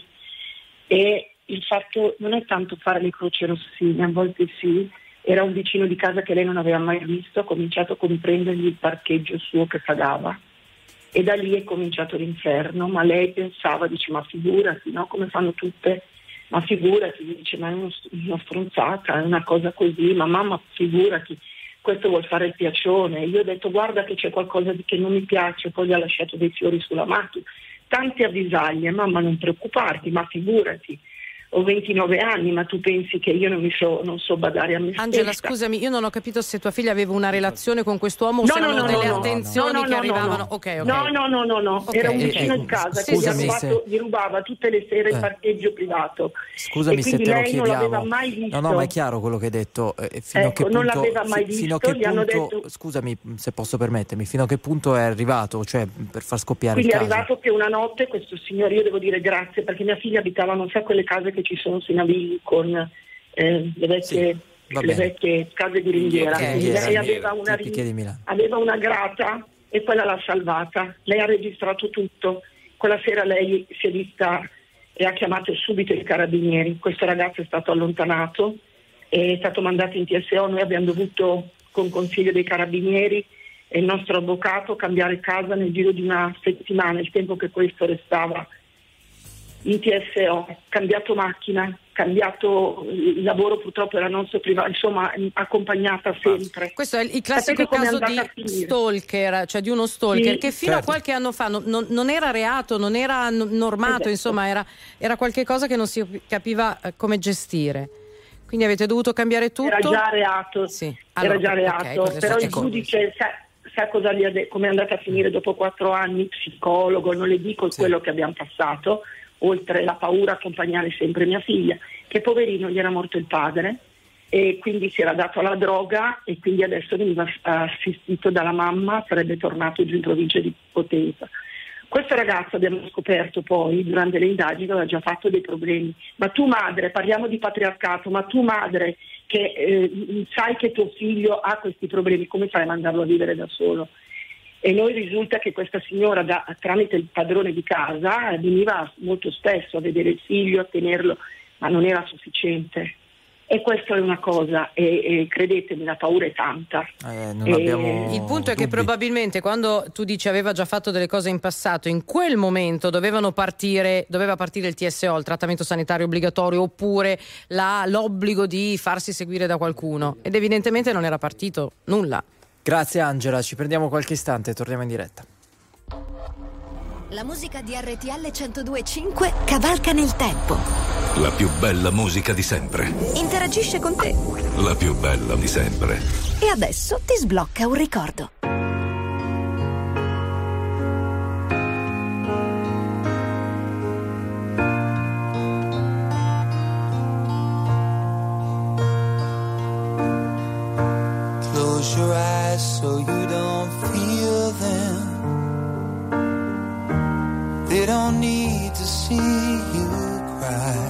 e il fatto non è tanto fare le croci rossine, a volte sì, era un vicino di casa che lei non aveva mai visto, ha cominciato a comprendergli il parcheggio suo che pagava e da lì è cominciato l'inferno, ma lei pensava, dice ma figurati, no? Come fanno tutte, ma figurati, dice ma è uno, una stronzata, è una cosa così, ma mamma figurati, questo vuol fare il piacione. Io ho detto guarda che c'è qualcosa di che non mi piace, poi gli ha lasciato dei fiori sulla macchina, tante avvisaglie, mamma non preoccuparti, ma figurati. ho ventinove anni, ma tu pensi che io non mi so, non so badare a me stessa? Angela, scusami, io non ho capito se tua figlia aveva una relazione con quest'uomo o no, se no, erano no, delle no, attenzioni no, no, che no, arrivavano. No, ok, ok. No, no, no, no, no. Okay. Era un Eh, vicino eh, di casa sì, che gli, sì, ha sì, rubato, sì. gli rubava tutte le sere il Eh. parcheggio privato. Scusami e se quindi te lo lei non l'aveva chiediamo. mai visto. No, no, ma è chiaro quello che hai detto. Eh, fino Ecco, a che punto, non l'aveva mai fi- fino a visto, che gli hanno punto, detto- scusami se posso permettermi, fino a che punto è arrivato, cioè per far scoppiare Quindi è il caso? arrivato che una notte questo signore, io devo dire grazie, perché mia figlia abitava, non sa quelle case che ci sono sui Navigli con eh, le vecchie, va le bene. vecchie case di ringhiera. Ok, Lei ringhiera. aveva una, Tipiche di Milano. aveva una grata e quella l'ha salvata. Lei ha registrato tutto. Quella sera lei si è vista e ha chiamato subito i carabinieri. Questo ragazzo è stato allontanato, è stato mandato in T S O. Noi abbiamo dovuto, con consiglio dei carabinieri e il nostro avvocato, cambiare casa nel giro di una settimana, il tempo che questo restava in T S O, cambiato macchina, cambiato il lavoro, purtroppo era nostro privato, insomma accompagnata sempre. Questo è il classico Sapete com'è caso andata di a finire? stalker, cioè di uno stalker Sì, che fino certo. a qualche anno fa non, non- non era reato, non era n- normato, Esatto. insomma era, era qualche cosa che non si capiva eh, come gestire. Quindi avete dovuto cambiare tutto? Era già reato, Sì. era Allora, già ok, reato, adesso però il ecco. giudice sa, sa cosa gli ha de- come è andata a finire dopo quattro anni, psicologo, non le dico quello che abbiamo passato, oltre la paura accompagnare sempre mia figlia, che poverino gli era morto il padre e quindi si era dato alla droga e quindi adesso veniva assistito dalla mamma, sarebbe tornato giù in provincia di Potenza. Questo ragazzo, abbiamo scoperto poi durante le indagini, aveva già fatto dei problemi. Ma tu madre, parliamo di patriarcato, ma tu madre che eh, sai che tuo figlio ha questi problemi, come fai a mandarlo a vivere da solo? E noi risulta che questa signora, da, tramite il padrone di casa, veniva molto spesso a vedere il figlio, a tenerlo, ma non era sufficiente. E questa è una cosa, e, e credetemi, la paura è tanta. Eh, non E- abbiamo Il punto è che dubbi. probabilmente quando tu dici aveva già fatto delle cose in passato, in quel momento dovevano partire, doveva partire il T S O, il trattamento sanitario obbligatorio, oppure la- l'obbligo di farsi seguire da qualcuno. Ed evidentemente non era partito nulla. Grazie Angela, ci prendiamo qualche istante e torniamo in diretta. La musica di R T L centodue e cinque cavalca nel tempo. La più bella musica di sempre. Interagisce con te. La più bella di sempre. E adesso ti sblocca un ricordo. Close your eyes so you don't feel them. They don't need to see you cry.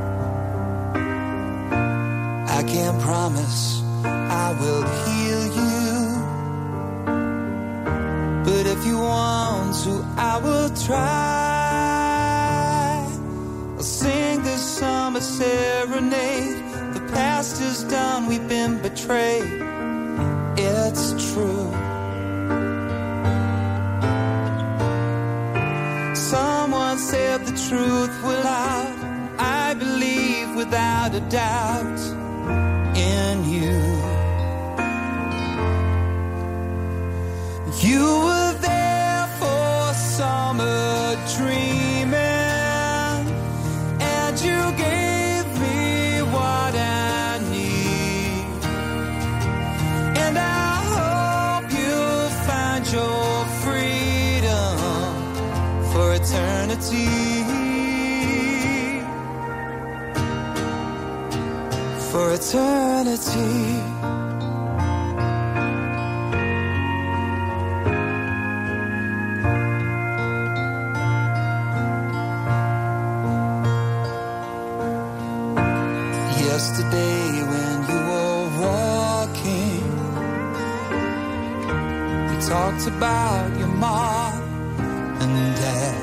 I can't promise I will heal you, but if you want to, I will try. I'll sing this summer serenade. The past is done, we've been betrayed. It's true. Someone said the truth will out. I believe without a doubt in you. You were there for summer dreaming, and you gave me what I need. And I hope you'll find your freedom for eternity. For eternity. Yesterday when you were walking, we talked about your mom and dad,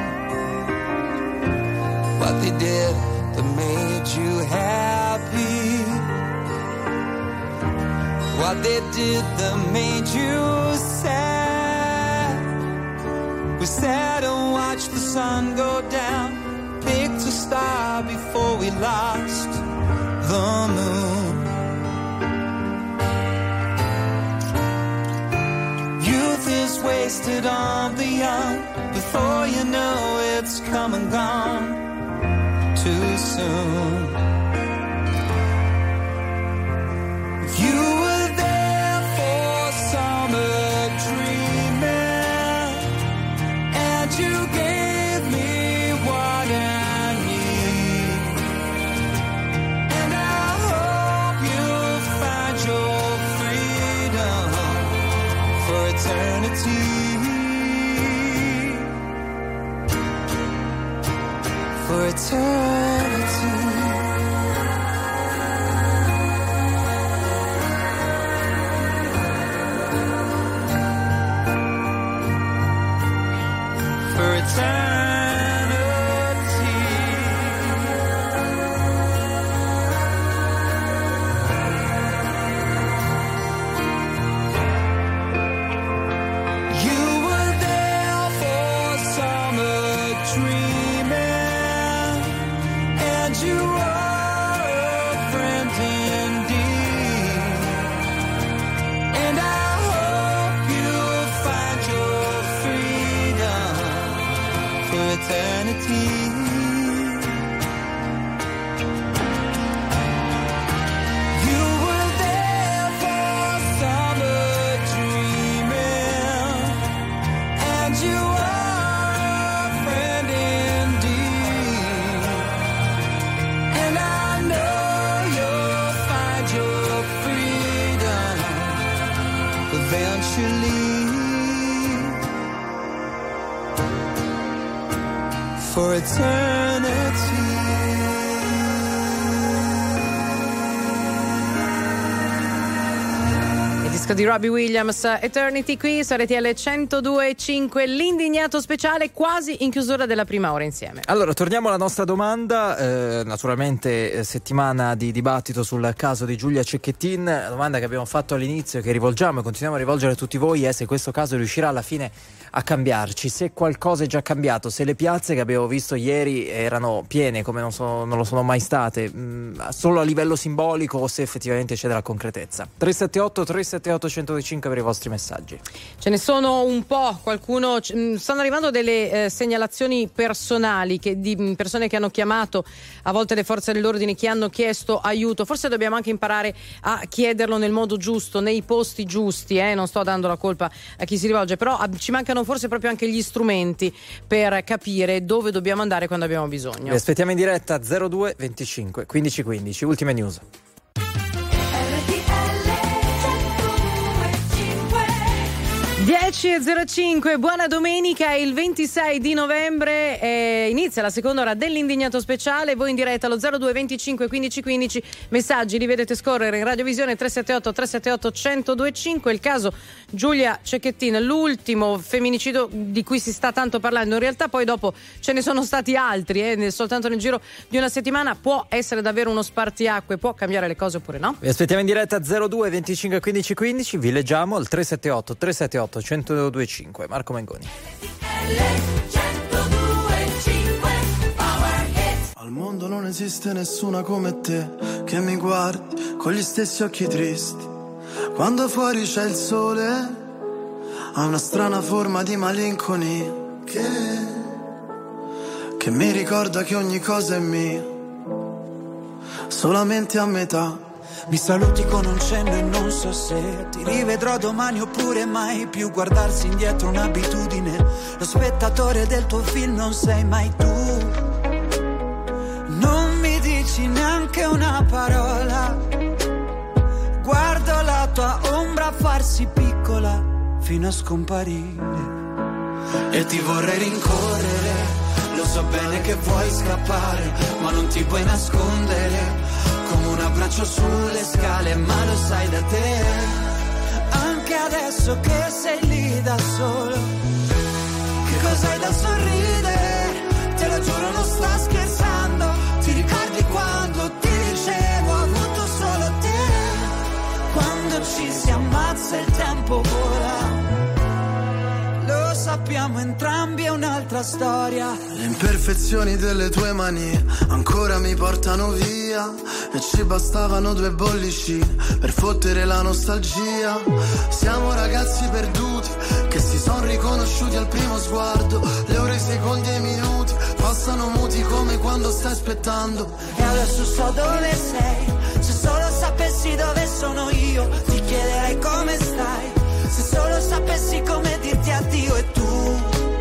what they did that made you happy, what they did that made you sad. We sat and watched the sun go down, picked a star before we lost the moon. Youth is wasted on the young, before you know it's come and gone. too soon. You were there for summer dreaming, and you gave me what I need, and I hope you find your freedom for eternity. For eternity. For eternity. You were there for summer dreaming, and you are a friend indeed, and I hope you find your freedom for eternity. You were there for summer dreaming, and you are a friend indeed, and I know you'll find your freedom eventually. For eternity. Il disco di Robbie Williams, Eternity, qui su R T L centodue e cinque, l'indignato speciale quasi in chiusura della prima ora insieme. Allora, torniamo alla nostra domanda, eh, naturalmente eh, settimana di dibattito sul caso di Giulia Cecchettin. La domanda che abbiamo fatto all'inizio e che rivolgiamo e continuiamo a rivolgere a tutti voi è se questo caso riuscirà alla fine a cambiarci, se qualcosa è già cambiato, se le piazze che abbiamo visto ieri erano piene come non, so, non lo sono mai state, mh, solo a livello simbolico, o se effettivamente c'è della concretezza. tre sette otto tre sette otto uno zero due cinque per i vostri messaggi. Ce ne sono un po', qualcuno, stanno arrivando delle eh, segnalazioni personali che, di persone che hanno chiamato, a volte le forze dell'ordine, che hanno chiesto aiuto. Forse dobbiamo anche imparare a chiederlo nel modo giusto, nei posti giusti, eh? Non sto dando la colpa a chi si rivolge, però a, ci mancano forse proprio anche gli strumenti per capire dove dobbiamo andare quando abbiamo bisogno. Vi aspettiamo in diretta zero due venticinque quindici quindici. Ultime news. dieci e zero cinque, buona domenica, il ventisei di novembre eh, inizia la seconda ora dell'indignato speciale. Voi in diretta allo zero due venticinque quindici quindici, messaggi li vedete scorrere in radiovisione tre sette otto tre sette otto uno zero due cinque. Il caso Giulia Cecchettin, l'ultimo femminicidio di cui si sta tanto parlando, in realtà poi dopo ce ne sono stati altri, eh, soltanto nel giro di una settimana. Può essere davvero uno spartiacque, può cambiare le cose oppure no? Vi aspettiamo in diretta zero due venticinque quindici quindici, vi leggiamo al tre sette otto tre sette otto uno zero due cinque. Marco Mengoni. Al mondo non esiste nessuna come te, che mi guardi con gli stessi occhi tristi. Quando fuori c'è il sole, ha una strana forma di malinconia che, che mi ricorda che ogni cosa è mia, solamente a metà. Mi saluti con un cenno e non so se ti rivedrò domani oppure mai più. Guardarsi indietro un'abitudine, lo spettatore del tuo film non sei mai tu. Non mi dici neanche una parola, guardo la tua ombra farsi piccola fino a scomparire. E ti vorrei rincorrere, lo so bene che vuoi scappare, ma non ti puoi nascondere. Come un abbraccio sulle scale, ma lo sai da te. Anche adesso che sei lì da solo, che cos'hai da sorridere? Te lo giuro non sto scherzando. Ti ricordi quando ti dicevo ho avuto solo te? Quando ci si ammazza il tempo vola, lo sappiamo entrambi, è un'altra storia. Le imperfezioni delle tue mani ancora mi portano via, e ci bastavano due bollicine per fottere la nostalgia. Siamo ragazzi perduti che si sono riconosciuti al primo sguardo. Le ore, i secondi e i minuti passano restano muti come quando stai aspettando. E adesso so dove sei, se solo sapessi dove sono io, ti chiederei come stai, se solo sapessi come dirti addio. E tu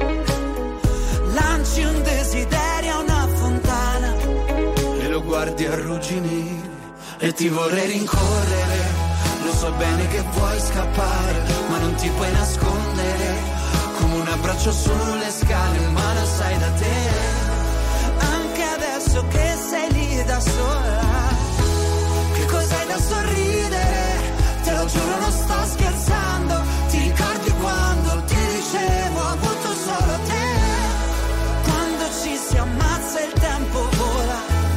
lanci un desiderio a una fontana e lo guardi arrugginire e ti vorrei rincorrere. Lo so bene che vuoi scappare, ma non ti puoi nascondere, come un abbraccio sulle scale, ma lo sai da te. Anche adesso che sei lì da sola, che cos'hai da sorridere? Te lo giuro non sto scherzando. Ti ricordi quando ti dicevo ho avuto solo te? Quando ci si ammazza il tempo vola,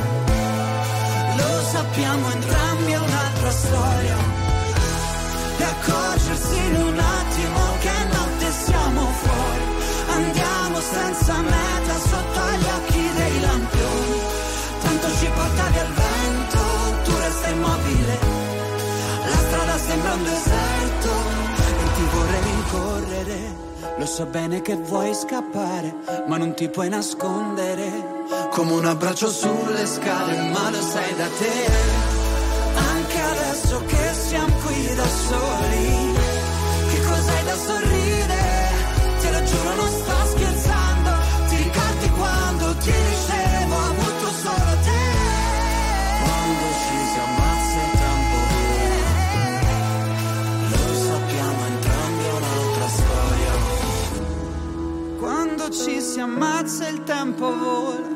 lo sappiamo entrambi è un'altra storia. E accorgersi in un attimo che notte siamo fuori, andiamo senza meta sotto agli occhi dei lampioni. Tanto ci portavi al vento, tu resta immobile, la strada sembra un deserto e ti vorrei rincorrere. Lo so bene che vuoi scappare, ma non ti puoi nascondere, come un abbraccio sulle scale, ma lo sai da te. Anche adesso che siamo qui da soli, che cos'hai da sorridere? Te lo giuro non sto scherzando. Ti ricordi quando ti dicevo ho avuto solo te? Quando ci si ammazza il tempo vola, lo sappiamo entrambi è un'altra storia. Quando ci si ammazza il tempo vola,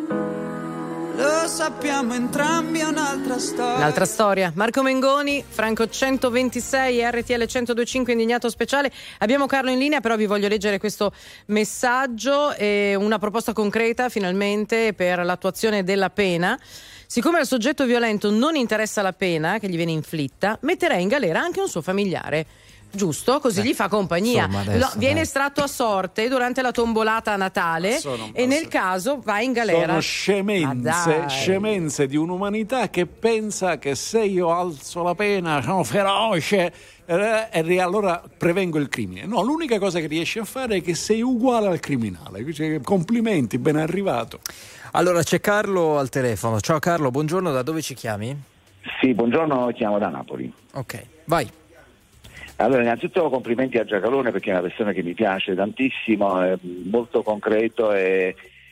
lo sappiamo entrambi è un'altra storia. Un'altra storia. Marco Mengoni, Franco centoventisei, R T L centodue e cinque, indignato speciale. Abbiamo Carlo in linea, però vi voglio leggere questo messaggio. Eh, una proposta concreta finalmente per l'attuazione della pena. Siccome al soggetto violento non interessa la pena che gli viene inflitta, metterei in galera anche un suo familiare. Giusto? Così Beh, gli fa compagnia. Insomma, adesso, no, viene dai. estratto a sorte durante la tombolata a Natale Sono- e nel caso va in galera. Sono scemenze, scemenze di un'umanità che pensa che se io alzo la pena sono feroce eh, e allora prevengo il crimine. No, l'unica cosa che riesci a fare è che sei uguale al criminale. Cioè, complimenti, ben arrivato. Allora c'è Carlo al telefono. Ciao Carlo, buongiorno, da dove ci chiami? Sì, buongiorno, chiamo da Napoli. Ok, vai. Allora, innanzitutto complimenti a Giacalone perché è una persona che mi piace tantissimo, è molto concreto e,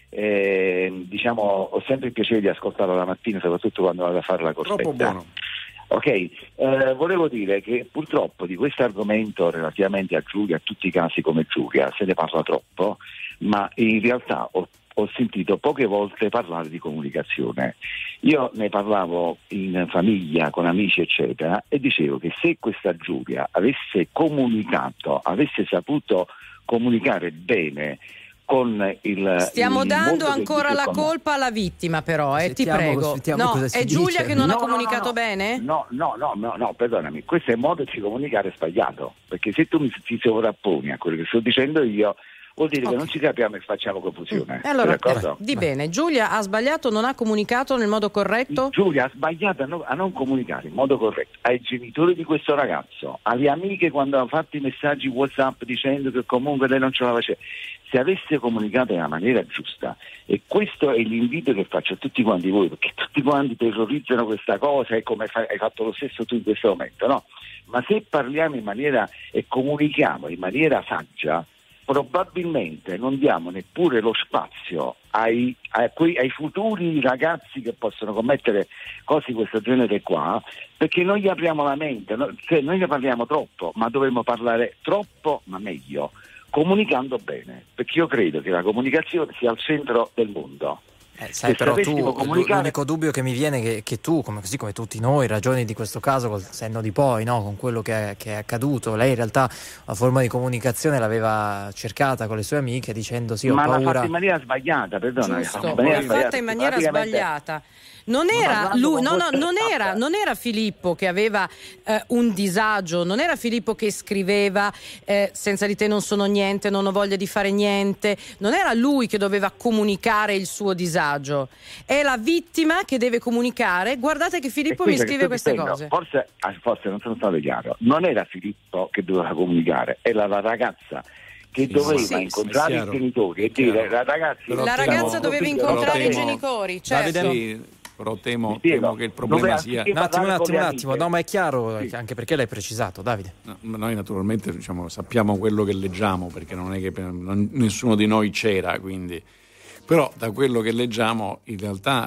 e diciamo ho sempre il piacere di ascoltarlo la mattina, soprattutto quando vado a fare la corsetta. Troppo buono. Ok, eh, volevo dire che purtroppo di questo argomento relativamente a Giulia, a tutti i casi come Giulia, se ne parla troppo, ma in realtà ho ho sentito poche volte parlare di comunicazione. Io ne parlavo in famiglia, con amici eccetera, e dicevo che se questa Giulia avesse comunicato, avesse saputo comunicare bene con il Stiamo il dando mondo ancora del la comando. colpa alla vittima, però, eh, ti Sentiamo- prego. sentiamo No, cosa si è Giulia dice. che non ha No, no, comunicato no, no. bene? No, no, no, no, no, perdonami, questo è un modo di comunicare sbagliato, perché se tu mi ti sovrapponi a quello che sto dicendo io, vuol dire che non ci capiamo e facciamo confusione. E allora, Sei d'accordo? di bene, Giulia ha sbagliato, non ha comunicato nel modo corretto? Giulia ha sbagliato a non, a non comunicare in modo corretto ai genitori di questo ragazzo, alle amiche quando hanno fatto i messaggi WhatsApp dicendo che comunque lei non ce la faceva. Se avesse comunicato nella maniera giusta, e questo è l'invito che faccio a tutti quanti voi, perché tutti quanti terrorizzano questa cosa e come fai, hai fatto lo stesso tu in questo momento, no? Ma se parliamo in maniera e comunichiamo in maniera saggia, probabilmente non diamo neppure lo spazio ai, ai, quei, ai futuri ragazzi che possono commettere cose di questo genere qua, perché noi gli apriamo la mente, no? Cioè, noi ne parliamo troppo, ma dovremmo parlare troppo ma meglio, comunicando bene, perché io credo che la comunicazione sia al centro del mondo. Eh, sai, Se però tu, sapessimo comunicare- l'unico dubbio che mi viene è che, che tu, come, così come tutti noi, ragioni di questo caso col senno di poi, no? Con quello che è, che è accaduto. Lei in realtà una forma di comunicazione l'aveva cercata con le sue amiche dicendo sì, ho ma l'ha paura. fatta in maniera sbagliata, perdona. Giusto, l'ha fatta in maniera sbagliata. Non era parlando lui, con no, no, voce non alta. era, non era Filippo che aveva eh, un disagio, non era Filippo che scriveva eh, senza di te non sono niente, non ho voglia di fare niente, non era lui che doveva comunicare il suo disagio, è la vittima che deve comunicare. Guardate che Filippo E mi quindi scrive sto queste dicendo, cose. Forse, ah, forse non sono stato chiaro, non era Filippo che doveva comunicare, era la ragazza che sì, doveva sì, incontrare sì, i genitori e dire ragazzi, la ragazza doveva incontrare i genitori, certo. Davide, però temo, temo che il problema sia un attimo un attimo un attimo no, ma è chiaro, sì. Anche perché l'hai precisato, Davide. No, noi naturalmente diciamo, sappiamo quello che leggiamo, perché non è che non, nessuno di noi c'era, quindi però da quello che leggiamo in realtà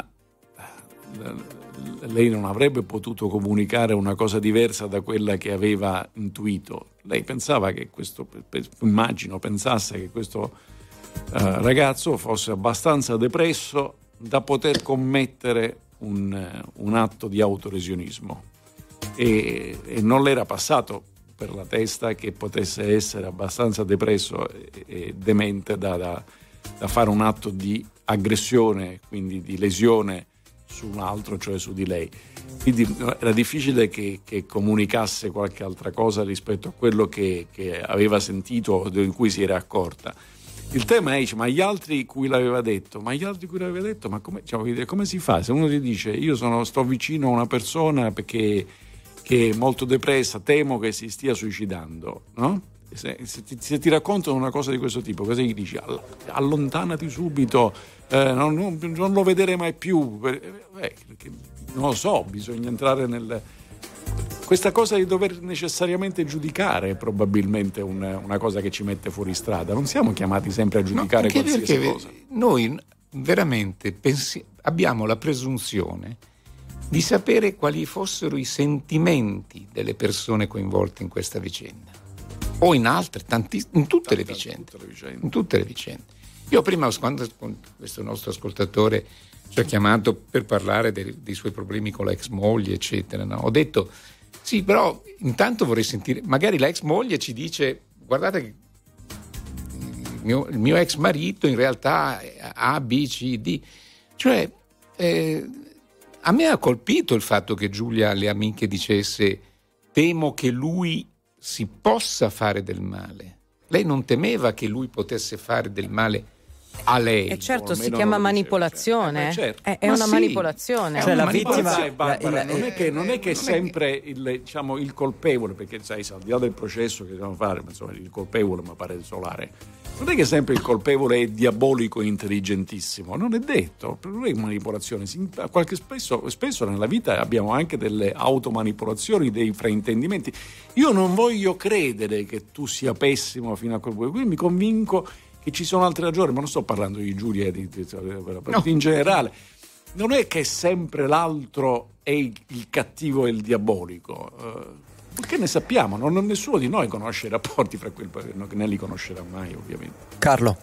lei non avrebbe potuto comunicare una cosa diversa da quella che aveva intuito. Lei pensava che questo, immagino pensasse che questo uh, ragazzo fosse abbastanza depresso da poter commettere un, un atto di autolesionismo e, e non le era passato per la testa che potesse essere abbastanza depresso e, e demente da, da, da fare un atto di aggressione, quindi di lesione su un altro, cioè su di lei. Quindi era difficile che, che comunicasse qualche altra cosa rispetto a quello che, che aveva sentito o di cui si era accorta. Il tema è, ma gli altri cui l'aveva detto, ma gli altri cui l'aveva detto, ma come, cioè, come si fa? Se uno ti dice io sono, sto vicino a una persona perché che è molto depressa, temo che si stia suicidando, no? Se, se, ti, se ti raccontano una cosa di questo tipo, cosa gli dici? Allontanati subito, eh, non, non, non lo vedere mai più. Eh, non lo so, bisogna entrare nel... Questa cosa di dover necessariamente giudicare è probabilmente un, una cosa che ci mette fuori strada. Non siamo chiamati sempre a giudicare no, qualsiasi cosa. Noi veramente pensi, abbiamo la presunzione di sapere quali fossero i sentimenti delle persone coinvolte in questa vicenda. O in altre, tanti, in tutte le vicende. In tutte le vicende. Io prima, quando questo nostro ascoltatore ci ha chiamato per parlare dei, dei suoi problemi con la ex moglie, eccetera, no? Ho detto sì, però intanto vorrei sentire, magari la ex moglie ci dice guardate che il mio, il mio ex marito in realtà A, B, C, D, cioè eh, a me ha colpito il fatto che Giulia alle amiche dicesse temo che lui si possa fare del male. Lei non temeva che lui potesse fare del male a lei. E certo, si chiama manipolazione. Certo. È, è una sì. manipolazione. Cioè, la vittima sai, Barbara, non è che non è che sempre il, diciamo, il colpevole, perché sai, al di là del processo che dobbiamo fare, insomma, il colpevole mi pare solare. Non è che sempre il colpevole è diabolico e intelligentissimo, non è detto, non è manipolazione. Qualche spesso, spesso nella vita abbiamo anche delle automanipolazioni, dei fraintendimenti. Io non voglio credere che tu sia pessimo fino a quel punto, quindi mi convinco che ci sono altre ragioni, ma non sto parlando di Giulia, di, di, di, no. in generale. Non è che sempre l'altro è il, il cattivo e il diabolico. Uh, Perché ne sappiamo, non, nessuno di noi conosce i rapporti fra quel né li conoscerà mai, ovviamente. Carlo.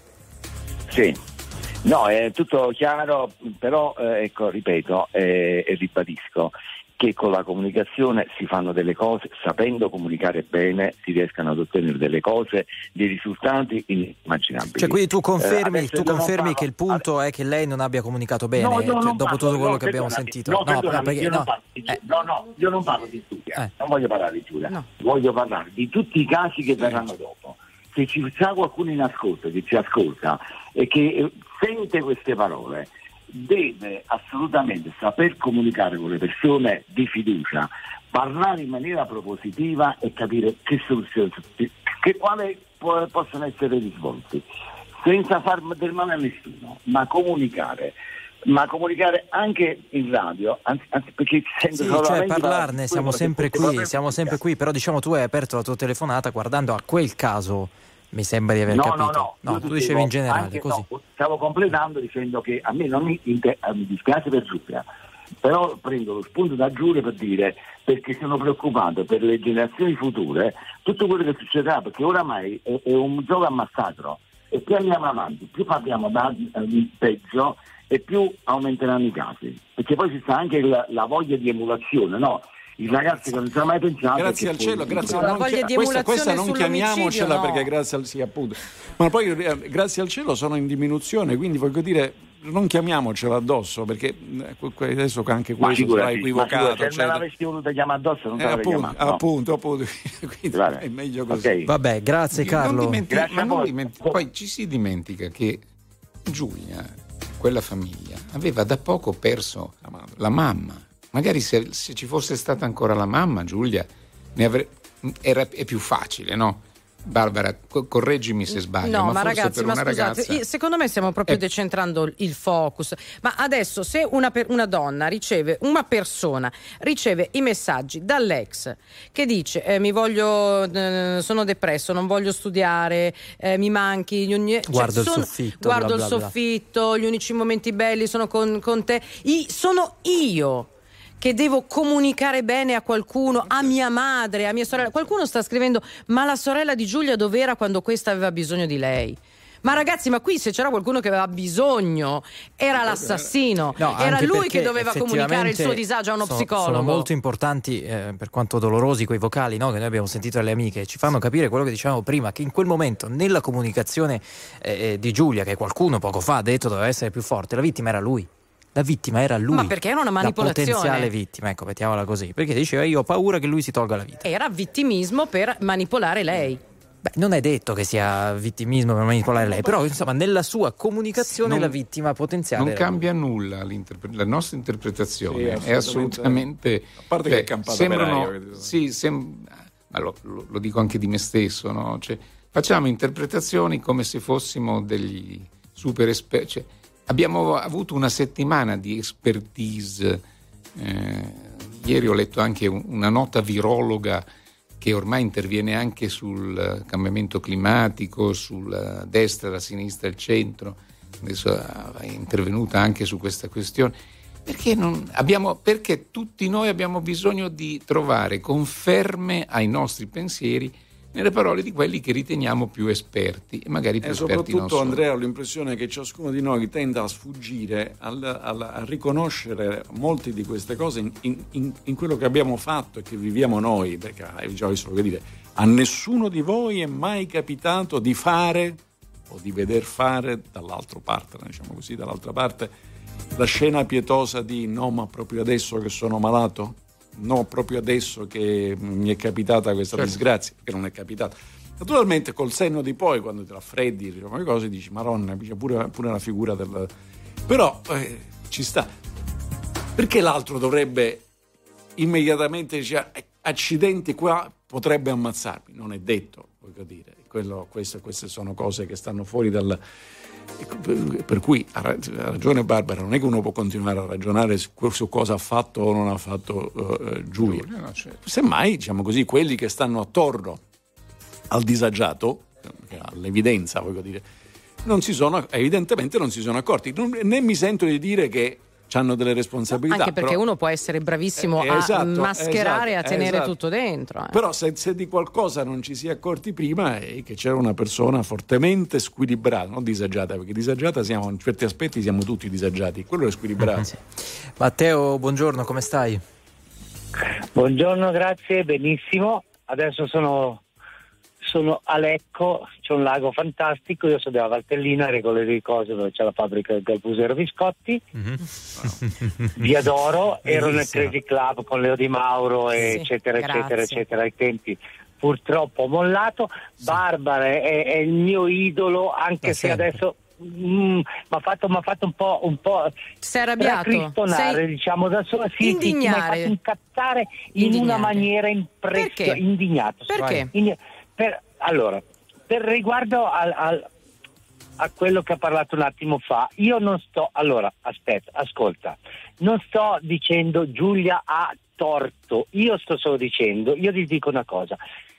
Sì, no, è tutto chiaro, però eh, ecco, ripeto eh, e ribadisco che con la comunicazione si fanno delle cose, sapendo comunicare bene si riescano ad ottenere delle cose, dei risultati inimmaginabili. Cioè, quindi tu confermi, eh, tu confermi parlo, che il punto adesso... è che lei non abbia comunicato bene, no, cioè, dopo parlo, tutto quello no, che abbiamo sentito. No, no, no, perché, io no. Non parlo di, Eh. no, no, io non parlo di Giulia, eh. non voglio parlare di Giulia, no. voglio parlare di tutti i casi che verranno dopo. Se ci sta qualcuno in ascolto, che ci ascolta e che sente queste parole, deve assolutamente saper comunicare con le persone di fiducia, parlare in maniera propositiva e capire che soluzioni, che quali po- possono essere i risvolti, senza far del male a nessuno, ma comunicare. Ma comunicare anche in radio, anzi, anzi perché sento sì, solamente cioè parlarne, siamo sempre qui, siamo sempre qui, però diciamo tu hai aperto la tua telefonata guardando a quel caso, mi sembra di aver no, capito. No, no, no tu dicevi in generale, così. No, stavo completando dicendo che a me non mi, inter- mi dispiace per Giulia, però prendo lo spunto da Giulia per dire, perché sono preoccupato per le generazioni future, tutto quello che succederà, perché oramai è, è un gioco a massacro e più andiamo avanti, più parliamo da, di peggio e più aumenteranno i casi, perché poi ci sta anche la, la voglia di emulazione, no? I ragazzi che non ci hanno mai pensato. Grazie al cielo, grazie no, non chia- questa, questa non chiamiamocela no. perché grazie al sì appunto. Ma poi eh, grazie al cielo sono in diminuzione, quindi voglio dire non chiamiamocela addosso perché eh, adesso anche questo sarà equivocato. Se cioè, me l'avessi voluto chiamare addosso non te eh, l'avrei appunto, chiamato. No. Appunto, appunto. Quindi vale. È meglio così. Okay. Vabbè, grazie Carlo. Non dimenti- grazie ma non dimenti- poi ci si dimentica che Giulia, quella famiglia, aveva da poco perso la mamma. La mamma. Magari se, se ci fosse stata ancora la mamma, Giulia, ne avre- era, è più facile, no? Barbara, co- correggimi se sbaglio. No, ma, ma forse ragazzi, per ma una scusate, ragazza... io- secondo me stiamo proprio Eh. decentrando il focus. Ma adesso, se una, per- una donna riceve, una persona riceve i messaggi dall'ex che dice eh, mi voglio, eh, sono depresso, non voglio studiare, eh, mi manchi, gli uni- cioè, Guardo il sono- soffitto, guardo bla, il bla, bla. soffitto, gli unici momenti belli sono con, con te. I- sono io che devo comunicare bene a qualcuno, a mia madre, a mia sorella. Qualcuno sta scrivendo: ma la sorella di Giulia dov'era quando questa aveva bisogno di lei? Ma ragazzi, ma qui se c'era qualcuno che aveva bisogno era l'assassino, No, era anche lui perché che doveva comunicare il suo effettivamente disagio a uno sono, psicologo. Sono molto importanti, eh, per quanto dolorosi, quei vocali, no, che noi abbiamo sentito dalle amiche, ci fanno capire quello che dicevamo prima, che in quel momento nella comunicazione eh, di Giulia, che qualcuno poco fa ha detto doveva essere più forte, la vittima era lui. La vittima era lui. Ma perché era una manipolazione? La potenziale vittima, ecco, mettiamola così. Perché diceva io ho paura che lui si tolga la vita. Era vittimismo per manipolare lei. Beh, non è detto che sia vittimismo per manipolare lei, però insomma nella sua comunicazione Non- la vittima potenziale Non era cambia nulla l'interpre- la nostra interpretazione, Sì, è assolutamente. a parte che è campata sembrano, per aria, sì, sem- ma lo, lo- lo dico anche di me stesso, no? Cioè, facciamo interpretazioni come se fossimo degli super esperti. Cioè, abbiamo avuto una settimana di expertise. Eh, ieri ho letto anche un- una nota virologa che ormai interviene anche sul cambiamento climatico, sulla destra, la sinistra, il centro. Adesso è intervenuta anche su questa questione. Perché, non abbiamo, perché tutti noi abbiamo bisogno di trovare conferme ai nostri pensieri nelle parole di quelli che riteniamo più esperti e magari più E esperti non soprattutto, sono. Andrea, ho l'impressione che ciascuno di noi tenda a sfuggire, al, al- a riconoscere molte di queste cose in, in- in- in quello che abbiamo fatto e che viviamo noi, perché hai già visto che dire, a nessuno di voi è mai capitato di fare o di veder fare dall'altro partner, diciamo così, dall'altra parte, la scena pietosa di no, ma proprio adesso che sono malato? No, proprio adesso che mi è capitata questa Certo. disgrazia, perché non è capitata. Naturalmente col senno di poi, quando ti raffreddi, diciamo, le cose, dici Maronna, pure, pure la figura del... Però eh, ci sta. Perché l'altro dovrebbe immediatamente dire accidenti, qua potrebbe ammazzarmi? Non è detto, voglio dire. Quello, queste, queste sono cose che stanno fuori dal... Per cui ha ragione Barbara, non è che uno può continuare a ragionare su, su cosa ha fatto o non ha fatto uh, Giulia. Giulia, no, certo. Semmai, diciamo così, quelli che stanno attorno al disagiato, all'evidenza, voglio dire, non si sono, evidentemente non si sono accorti. Non, né mi sento di dire che hanno delle responsabilità. Anche perché però, uno può essere bravissimo Eh, a esatto, mascherare e a esatto, tenere esatto. tutto dentro. eh. Però se, se di qualcosa non ci si è accorti prima è che c'era una persona fortemente squilibrata, non disagiata, perché disagiata siamo, in certi aspetti siamo tutti disagiati, quello è squilibrato. Sì. Matteo, buongiorno, come stai? Buongiorno, grazie, benissimo. Adesso sono, sono a Lecco, c'è un lago fantastico, io sono della Valtellina, regolo le cose dove c'è la fabbrica del Galbusero Viscotti. Mm-hmm. Vi adoro, ero nel Bellissimo. Crazy Club con Leo Di Mauro, Sì, eccetera, grazie. eccetera, eccetera, ai tempi. Purtroppo ho mollato. Barbara è, è il mio idolo, anche Da se sempre. adesso mi ha fatto, m'ha fatto un po', un po' Sei arrabbiato? raccristonare, Sei diciamo da sola. Sì, sì, sì, mi hai indignare. fatto incazzare in Indignare. una maniera Perché? impressionante. Indignato. Perché? Indi- per- allora, per riguardo al, al- a quello che ha parlato un attimo fa, io non sto, allora, aspetta, ascolta, non sto dicendo Giulia ha torto, io sto solo dicendo, io ti dico una cosa,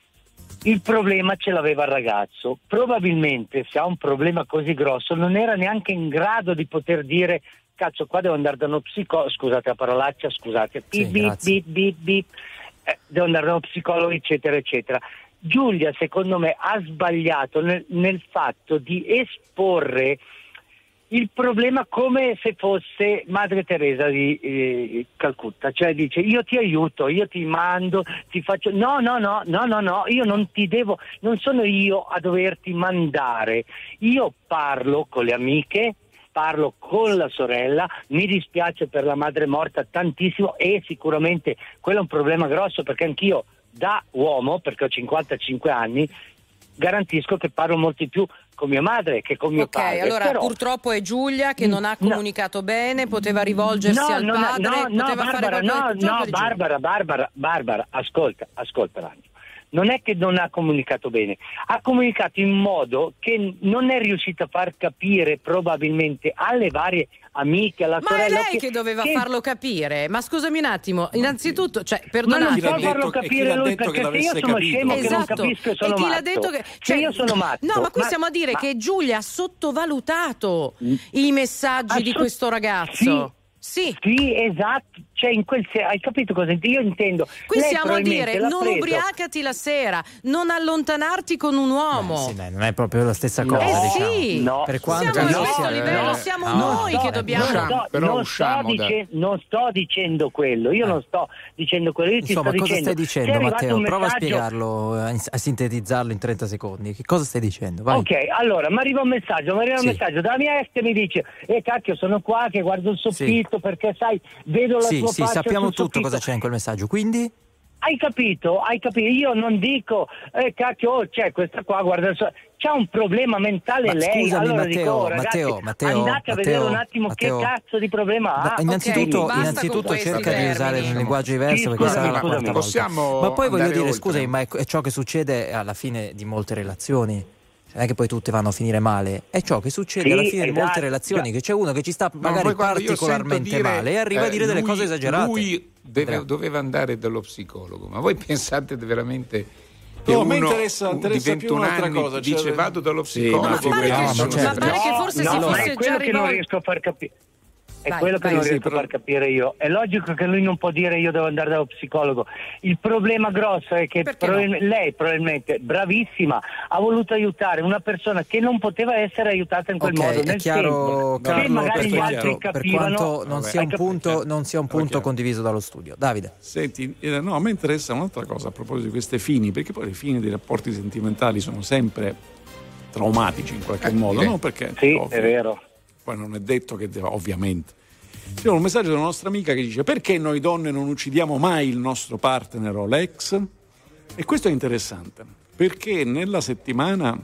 il problema ce l'aveva il ragazzo, probabilmente se ha un problema così grosso non era neanche in grado di poter dire cazzo qua devo andare da uno psicologo, scusate la parolaccia, scusate, Sì, bip, bip, grazie. bip, bip, bip, eh, devo andare da uno psicologo eccetera eccetera. Giulia secondo me ha sbagliato nel, nel fatto di esporre il problema come se fosse Madre Teresa di eh, Calcutta, cioè dice io ti aiuto, io ti mando, ti faccio no no no no no no io non ti devo, non sono io a doverti mandare, io parlo con le amiche, parlo con la sorella, mi dispiace per la madre morta tantissimo e sicuramente quello è un problema grosso perché anch'io da uomo, perché ho cinquantacinque anni, garantisco che parlo molto di più con mia madre che con mio Ok, padre. allora però... purtroppo è Giulia che non ha No. comunicato bene, poteva rivolgersi no, al non- padre, no, no, poteva Barbara, fare no, qualcosa. no, Barbara, Barbara, Barbara, ascolta, ascolta Ragno. non è che non ha comunicato bene, ha comunicato in modo che non è riuscito a far capire probabilmente alle varie amiche, alla ma sorella. è lei che, che doveva che... farlo capire. Ma scusami un attimo, innanzitutto, cioè, perdonate. Ma non può farlo capire lui, perché se io sono capito. scemo esatto. che non capisco e sono e chi matto. l'ha detto che... cioè, se io sono matto. No, ma qui ma... stiamo a dire ma... che Giulia ha sottovalutato mm. i messaggi ah, di so... questo ragazzo. Sì. Sì. Sì, esatto, cioè in quel se- hai capito cosa io intendo? Qui Lei siamo a dire non preso... ubriacati la sera, non allontanarti con un uomo. Eh, sì, beh, non è proprio la stessa cosa, no, diciamo. Sì. No. Per quanto siamo io a questo sia... livello, eh, siamo no, noi no, che no, dobbiamo. Non sto, però non sto, dice, non sto dicendo quello, io eh. non sto dicendo quello, io Insomma, ti sto cosa dicendo. stai dicendo, Matteo? Messaggio... Prova a spiegarlo, a sintetizzarlo in trenta secondi. Che cosa stai dicendo? Vai. Ok, allora, mi arriva un messaggio, mi arriva sì. un messaggio dalla mia ex che mi dice: eh cacchio, sono qua che guardo il soffitto, sì. perché sai, vedo la sì, tua sì, faccia sappiamo sul tutto soffitto. cosa c'è in quel messaggio, quindi? Hai capito? Hai capito? Io non dico, eh cacchio, oh, c'è questa qua, guarda, c'ha un problema mentale Ma lei. scusami, allora Matteo, dico, oh, ragazzi, Matteo, Matteo, andate a Matteo, vedere un attimo Matteo, che cazzo di problema ha. Ma innanzitutto, okay, innanzitutto cerca termini. di usare un linguaggio diverso, sì, perché scusami, sarà la quarta volta. Possiamo Ma poi voglio dire, oltre. scusami, ma è, è ciò che succede alla fine di molte relazioni. Non è che poi tutte vanno a finire male, è ciò che succede sì, alla fine esatto. di molte relazioni, che c'è uno che ci sta magari no, particolarmente dire, male e arriva eh, a dire delle lui, cose esagerate. Lui deve, doveva andare dallo psicologo, ma voi pensate veramente che no, uno mi interessa, interessa di ventuno anni cosa, dice cioè... vado dallo psicologo? Sì, ma pare, no, che, ma ma certo. pare che forse no, si no, fosse è già quello che non rivolto. riesco a far capire. È Vai, quello che vai, non sì, riesco però... a far capire io. È logico che lui non può dire io devo andare dallo psicologo. Il problema grosso è che probabil- no? lei probabilmente, bravissima, ha voluto aiutare una persona che non poteva essere aiutata in quel Ok, modo. è Nel chiaro, senso, Carlo, se magari per gli quanto, altri per capivano, quanto non vabbè, sia un hai punto, capito? non sia un punto chiaro. condiviso dallo studio. Davide. Senti, eh, no, a me interessa un'altra cosa a proposito di queste fini, perché poi le fini dei rapporti sentimentali sono sempre traumatici in qualche eh, modo, eh. no? Perché Sì, ovvio, è vero. poi non è detto che deve, ovviamente. C'è un messaggio della nostra amica che dice: perché noi donne non uccidiamo mai il nostro partner o l'ex? E questo è interessante, perché nella settimana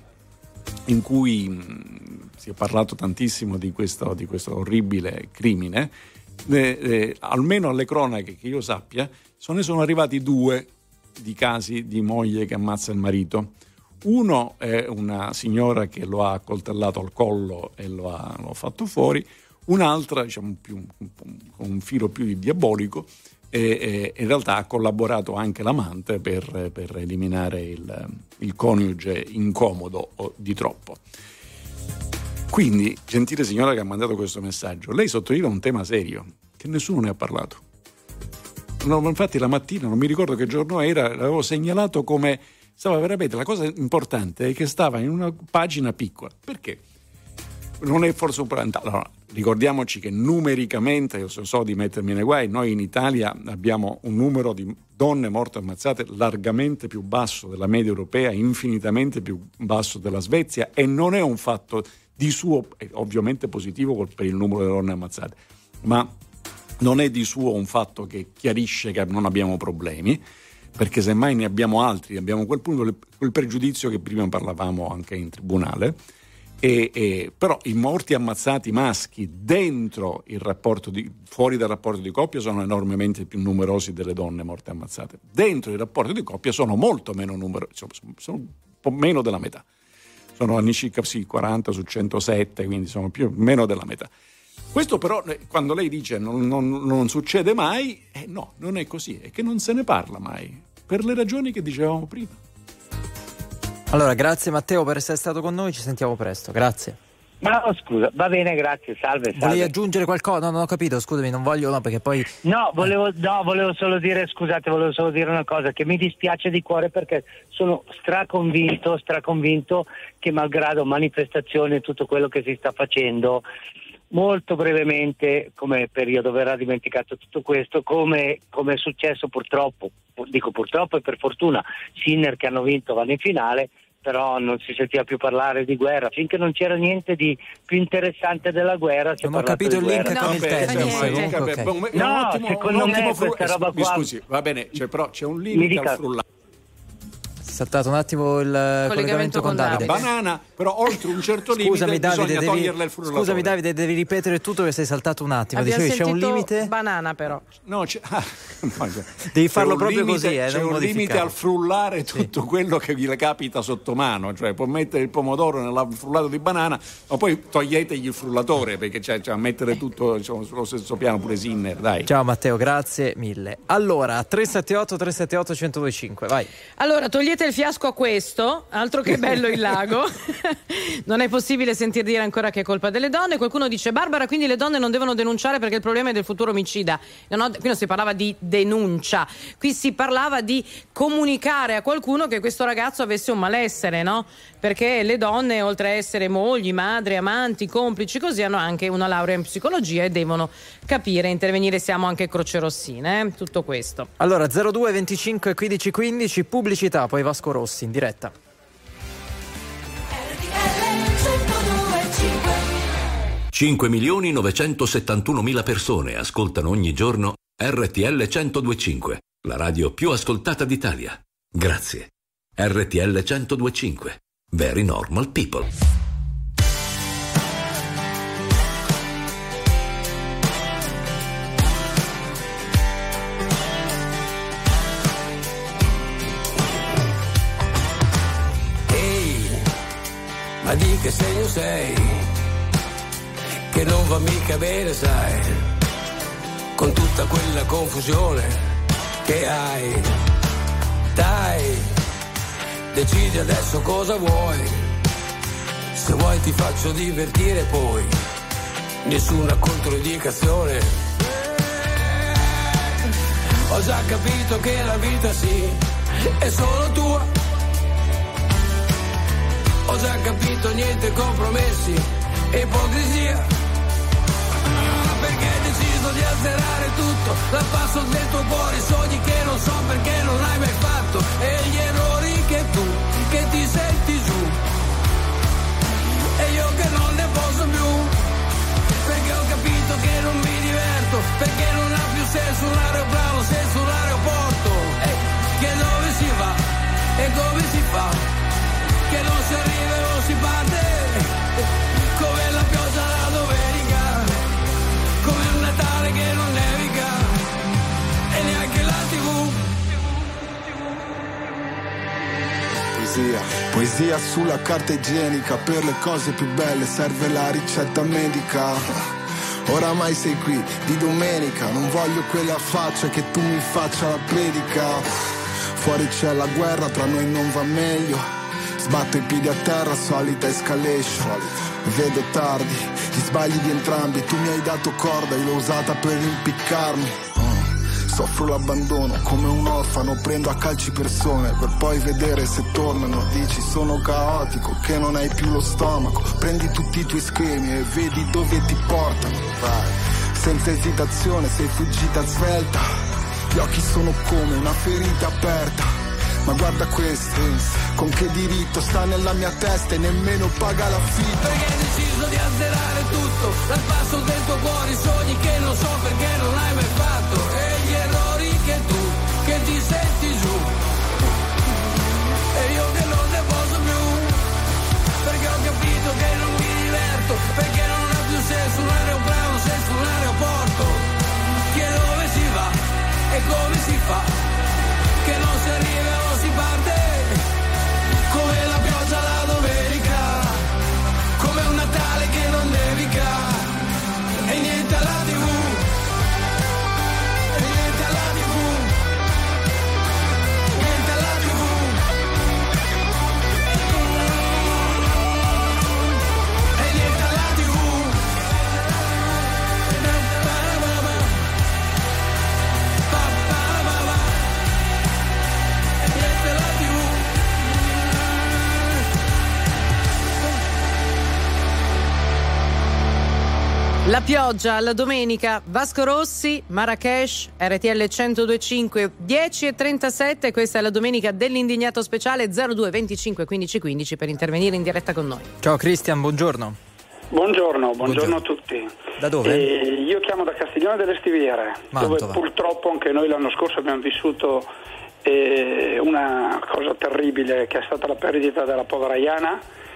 in cui mh, si è parlato tantissimo di questo, di questo orribile crimine, eh, eh, almeno alle cronache che io sappia, se ne sono arrivati due di casi di moglie che ammazza il marito. Uno è una signora che lo ha accoltellato al collo e lo ha, lo ha fatto fuori, un'altra, diciamo, più, con un filo più diabolico, e, e in realtà ha collaborato anche l'amante per, per eliminare il, il coniuge incomodo o di troppo. Quindi, gentile signora che ha mandato questo messaggio, lei sottolinea un tema serio, che nessuno ne ha parlato. No, infatti la mattina, non mi ricordo che giorno era, l'avevo segnalato come... Stava veramente, la cosa importante è che stava in una pagina piccola. Perché? Non è forse un problema. Allora, ricordiamoci che numericamente, io so di mettermi nei guai, noi in Italia abbiamo un numero di donne morte o ammazzate largamente più basso della media europea, infinitamente più basso della Svezia, e non è un fatto di suo, è ovviamente positivo per il numero di donne ammazzate, ma non è di suo un fatto che chiarisce che non abbiamo problemi, perché semmai ne abbiamo altri, abbiamo quel punto, quel pregiudizio che prima parlavamo anche in tribunale, e, e, però i morti ammazzati maschi dentro il rapporto di, fuori dal rapporto di coppia sono enormemente più numerosi delle donne morte ammazzate. Dentro il rapporto di coppia sono molto meno numerosi, sono, sono un po' meno della metà, sono all'incirca sì, quaranta su centosette, quindi sono più meno della metà. Questo però, quando lei dice non, non, non succede mai, eh no, non è così, è che non se ne parla mai, per le ragioni che dicevamo prima. Allora, grazie Matteo per essere stato con noi, ci sentiamo presto, grazie. Ma oh, scusa, va bene, grazie, salve, salve. Volevi aggiungere qualcosa? No, non ho capito, scusami, non voglio, no, perché poi... No, volevo, no, volevo solo dire, scusate, volevo solo dire una cosa, che mi dispiace di cuore perché sono straconvinto, straconvinto che malgrado manifestazioni e tutto quello che si sta facendo, molto brevemente, come periodo verrà dimenticato tutto questo, come, come è successo purtroppo, dico purtroppo e per fortuna, Sinner che hanno vinto vanno in finale, però non si sentiva più parlare di guerra, finché non c'era niente di più interessante della guerra. Non ho capito il link con il testo. No, secondo me questa roba qua... Scusi, va bene, cioè, però c'è un link al frullato. saltato un attimo il collegamento, collegamento con Davide. La banana, però oltre un certo limite scusami, Davide, bisogna devi, toglierle il frullatore. Scusami Davide, devi ripetere tutto che sei saltato un attimo. Abbiamo Dicevi c'è un limite? Banana però. No, c'è, ah, no, devi farlo proprio limite, così, eh, c'è un limite al frullare tutto sì. quello che vi capita sotto mano, cioè può mettere il pomodoro nel frullato di banana, ma poi toglietegli il frullatore perché c'è, c'è a mettere tutto diciamo, sullo stesso piano pure Sinner, dai. Ciao Matteo, grazie mille. Allora, tre sette otto tre sette otto uno zero due cinque, vai. Allora, togliete il fiasco a questo, altro che bello il lago. Non è possibile sentir dire ancora che è colpa delle donne. Qualcuno dice: Barbara, quindi le donne non devono denunciare perché il problema è del futuro omicida. No, qui non si parlava di denuncia, qui si parlava di comunicare a qualcuno che questo ragazzo avesse un malessere, no? Perché le donne, oltre a essere mogli, madri, amanti, complici, così, hanno anche una laurea in psicologia e devono capire, intervenire. Siamo anche crocerossine, eh? Tutto questo. Allora, zero due venticinque quindici quindici, pubblicità, poi Vasco Rossi in diretta. cinque milioni novecentosettantunomila persone ascoltano ogni giorno R T L centodue e cinque, la radio più ascoltata d'Italia. Grazie. R T L centodue e cinque. Very normal people. Ehi, ma di che segno sei? Che non va mica bene, sai, con tutta quella confusione che hai. Dai, decidi adesso cosa vuoi. Se vuoi ti faccio divertire poi, nessuna controindicazione. Ho già capito che la vita sì, è solo tua. Ho già capito niente compromessi e ipocrisia. Perché hai deciso di azzerare tutto, dal passo del tuo cuore, i sogni che non so perché non hai mai fatto, e gli errori che tu, che ti senti giù, e io che non ne posso più, perché ho capito che non mi diverto, perché non ha più senso un aeroplano senza un aeroporto, eh, che dove si va e come si fa, che non si arriva e non si parte, come la pioggia la domenica, come un Natale che non nevica e neanche la tivù. Poesia, poesia sulla carta igienica, per le cose più belle serve la ricetta medica. Oramai sei qui di domenica, non voglio quella faccia che tu mi faccia la predica. Fuori c'è la guerra, tra noi non va meglio. Sbatto i piedi a terra, solita escalation. Vedo tardi, gli sbagli di entrambi. Tu mi hai dato corda, io l'ho usata per impiccarmi. uh, Soffro l'abbandono, come un orfano. Prendo a calci persone, per poi vedere se tornano. Dici sono caotico, che non hai più lo stomaco. Prendi tutti i tuoi schemi e vedi dove ti portano. Vai, senza esitazione, sei fuggita svelta. Gli occhi sono come una ferita aperta. Ma guarda questo, con che diritto sta nella mia testa e nemmeno paga l'affitto. Perché hai deciso di azzerare tutto, dal passo del tuo cuore, i sogni che non so perché non hai mai fatto, e gli errori che tu, che ti senti giù, e io che non ne posso più, perché ho capito che non mi diverto, perché non ha più senso un aeroplano senza un aeroporto, che dove si va e come si fa, che non si arriva o non si parte, come la pioggia la domenica, come un Natale che non nevica, e niente alla tivù, e niente alla tivù, niente alla tivù, e niente alla tivù. La pioggia, la domenica, Vasco Rossi, Marrakesh, R T L centodue e cinque, dieci e trentasette, questa è la domenica dell'indignato speciale. Zero due venticinque quindici quindici per intervenire in diretta con noi. Ciao Cristian, buongiorno. Buongiorno, buongiorno a tutti. Da dove? Eh, io chiamo da Castiglione delle Stiviere, Mantova. dove purtroppo anche noi l'anno scorso abbiamo vissuto e una cosa terribile che è stata la perdita della povera Iana,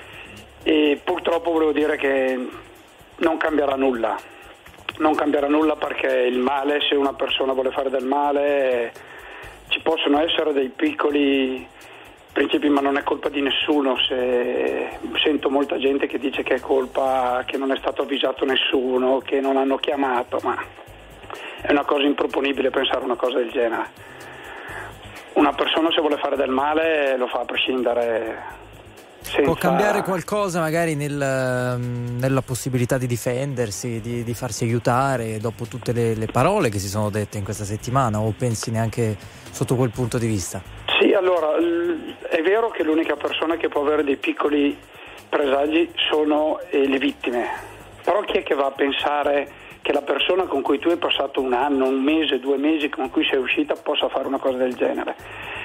e purtroppo volevo dire che non cambierà nulla, non cambierà nulla perché il male, se una persona vuole fare del male, ci possono essere dei piccoli principi, ma non è colpa di nessuno. Se sento molta gente che dice che è colpa, che non è stato avvisato nessuno, che non hanno chiamato, ma è una cosa improponibile pensare una cosa del genere. Una persona, se vuole fare del male, lo fa a prescindere. Senza... Può cambiare qualcosa magari nel, nella possibilità di difendersi, di, di farsi aiutare dopo tutte le, le parole che si sono dette in questa settimana, o pensi neanche sotto quel punto di vista? Sì, allora, è vero che l'unica persona che può avere dei piccoli presagi sono eh, le vittime, però chi è che va a pensare che la persona con cui tu hai passato un anno, un mese, due mesi, con cui sei uscita, possa fare una cosa del genere?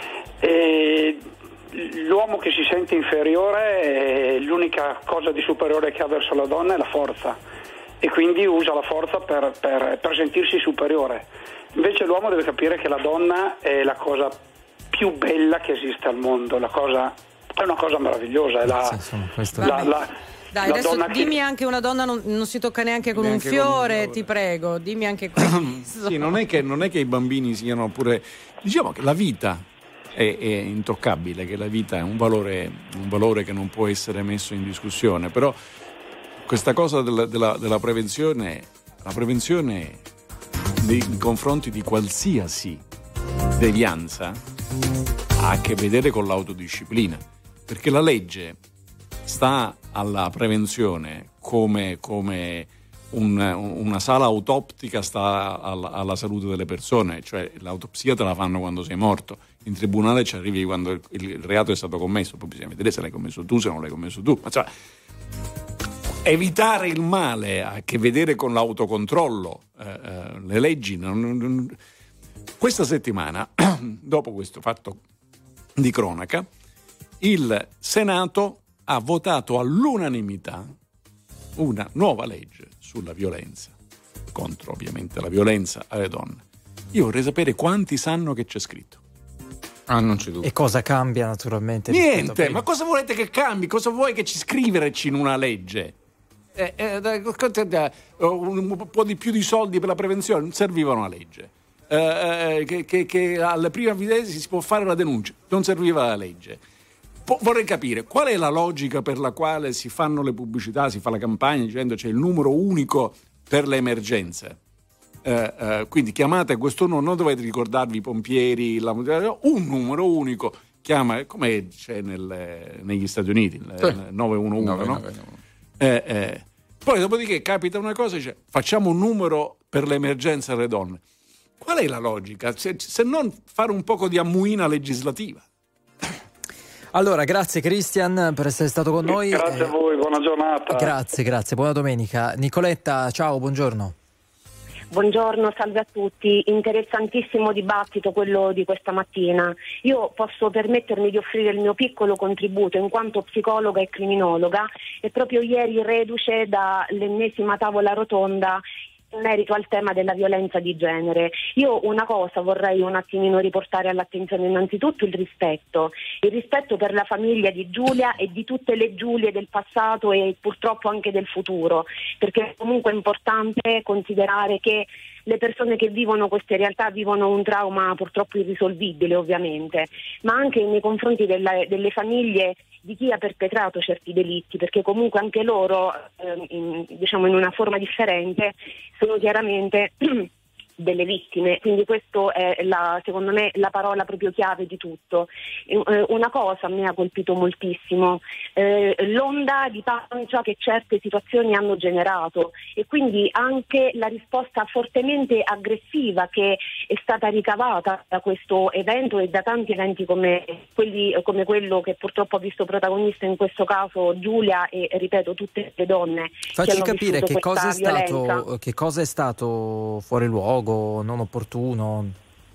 E l'uomo che si sente inferiore, l'unica cosa di superiore che ha verso la donna è la forza, e quindi usa la forza per, per, per sentirsi superiore. Invece l'uomo deve capire che la donna è la cosa più bella che esiste al mondo, la cosa, è una cosa meravigliosa, è la, sì, insomma, questo... la, la Dai, la adesso dimmi che... anche una donna non, non si tocca neanche con neanche un fiore, con... ti prego, dimmi anche questo. Sì, non è che, non è che i bambini siano pure... Diciamo che la vita è, è intoccabile, che la vita è un valore, un valore che non può essere messo in discussione, però questa cosa della, della, della prevenzione, la prevenzione nei confronti di qualsiasi devianza ha a che vedere con l'autodisciplina, perché la legge sta alla prevenzione come, come un, una sala autoptica sta alla, alla salute delle persone, cioè l'autopsia te la fanno quando sei morto, in tribunale ci arrivi quando il, il reato è stato commesso, poi bisogna vedere se l'hai commesso tu, se non l'hai commesso tu, ma cioè, evitare il male ha a che vedere con l'autocontrollo, eh, eh, le leggi non, non... Questa settimana, dopo questo fatto di cronaca, il Senato ha votato all'unanimità una nuova legge sulla violenza, contro ovviamente la violenza alle donne. Io vorrei sapere quanti sanno che c'è scritto. Ah, non c'è dubbio. E cosa cambia naturalmente? Niente, ma cosa volete che cambi? Cosa vuoi che ci scriverci in una legge? Eh, eh, un po' di più di soldi per la prevenzione, non serviva una legge. Eh, che, che, che alle prime avvidenze si può fare la denuncia, non serviva la legge. Vorrei capire qual è la logica per la quale si fanno le pubblicità, si fa la campagna dicendo c'è il numero unico per le emergenze. Eh, eh, quindi chiamate questo numero, non dovete ricordarvi i pompieri, la, un numero unico, chiama come c'è nel, negli Stati Uniti, il, sì. il nove uno uno, nove, no? nove, nove. Eh, eh. Poi dopodiché capita una cosa, dice facciamo un numero per le emergenze alle donne. Qual è la logica? Se, se non fare un poco di ammuina legislativa. Allora, grazie Christian per essere stato con noi. Grazie a voi, buona giornata. Grazie, grazie, buona domenica. Nicoletta, ciao, buongiorno. Buongiorno, salve a tutti. Interessantissimo dibattito quello di questa mattina. Io posso permettermi di offrire il mio piccolo contributo in quanto psicologa e criminologa, e proprio ieri reduce dall'ennesima tavola rotonda in merito al tema della violenza di genere. Io una cosa vorrei un attimino riportare all'attenzione, innanzitutto il rispetto, il rispetto per la famiglia di Giulia e di tutte le Giulie del passato e purtroppo anche del futuro, perché comunque è importante considerare che le persone che vivono queste realtà vivono un trauma purtroppo irrisolvibile ovviamente, ma anche nei confronti della, delle famiglie di chi ha perpetrato certi delitti, perché comunque anche loro, eh, in, diciamo in una forma differente, sono chiaramente delle vittime, quindi questo è la, secondo me la parola proprio chiave di tutto. Eh, una cosa mi ha colpito moltissimo, eh, l'onda di pancia che certe situazioni hanno generato, e quindi anche la risposta fortemente aggressiva che è stata ricavata da questo evento e da tanti eventi come quelli, come quello che purtroppo ha visto protagonista in questo caso Giulia e, ripeto, tutte le donne. Facci che hanno capire che cosa, è violenza. stato, che cosa è stato fuori luogo, non opportuno.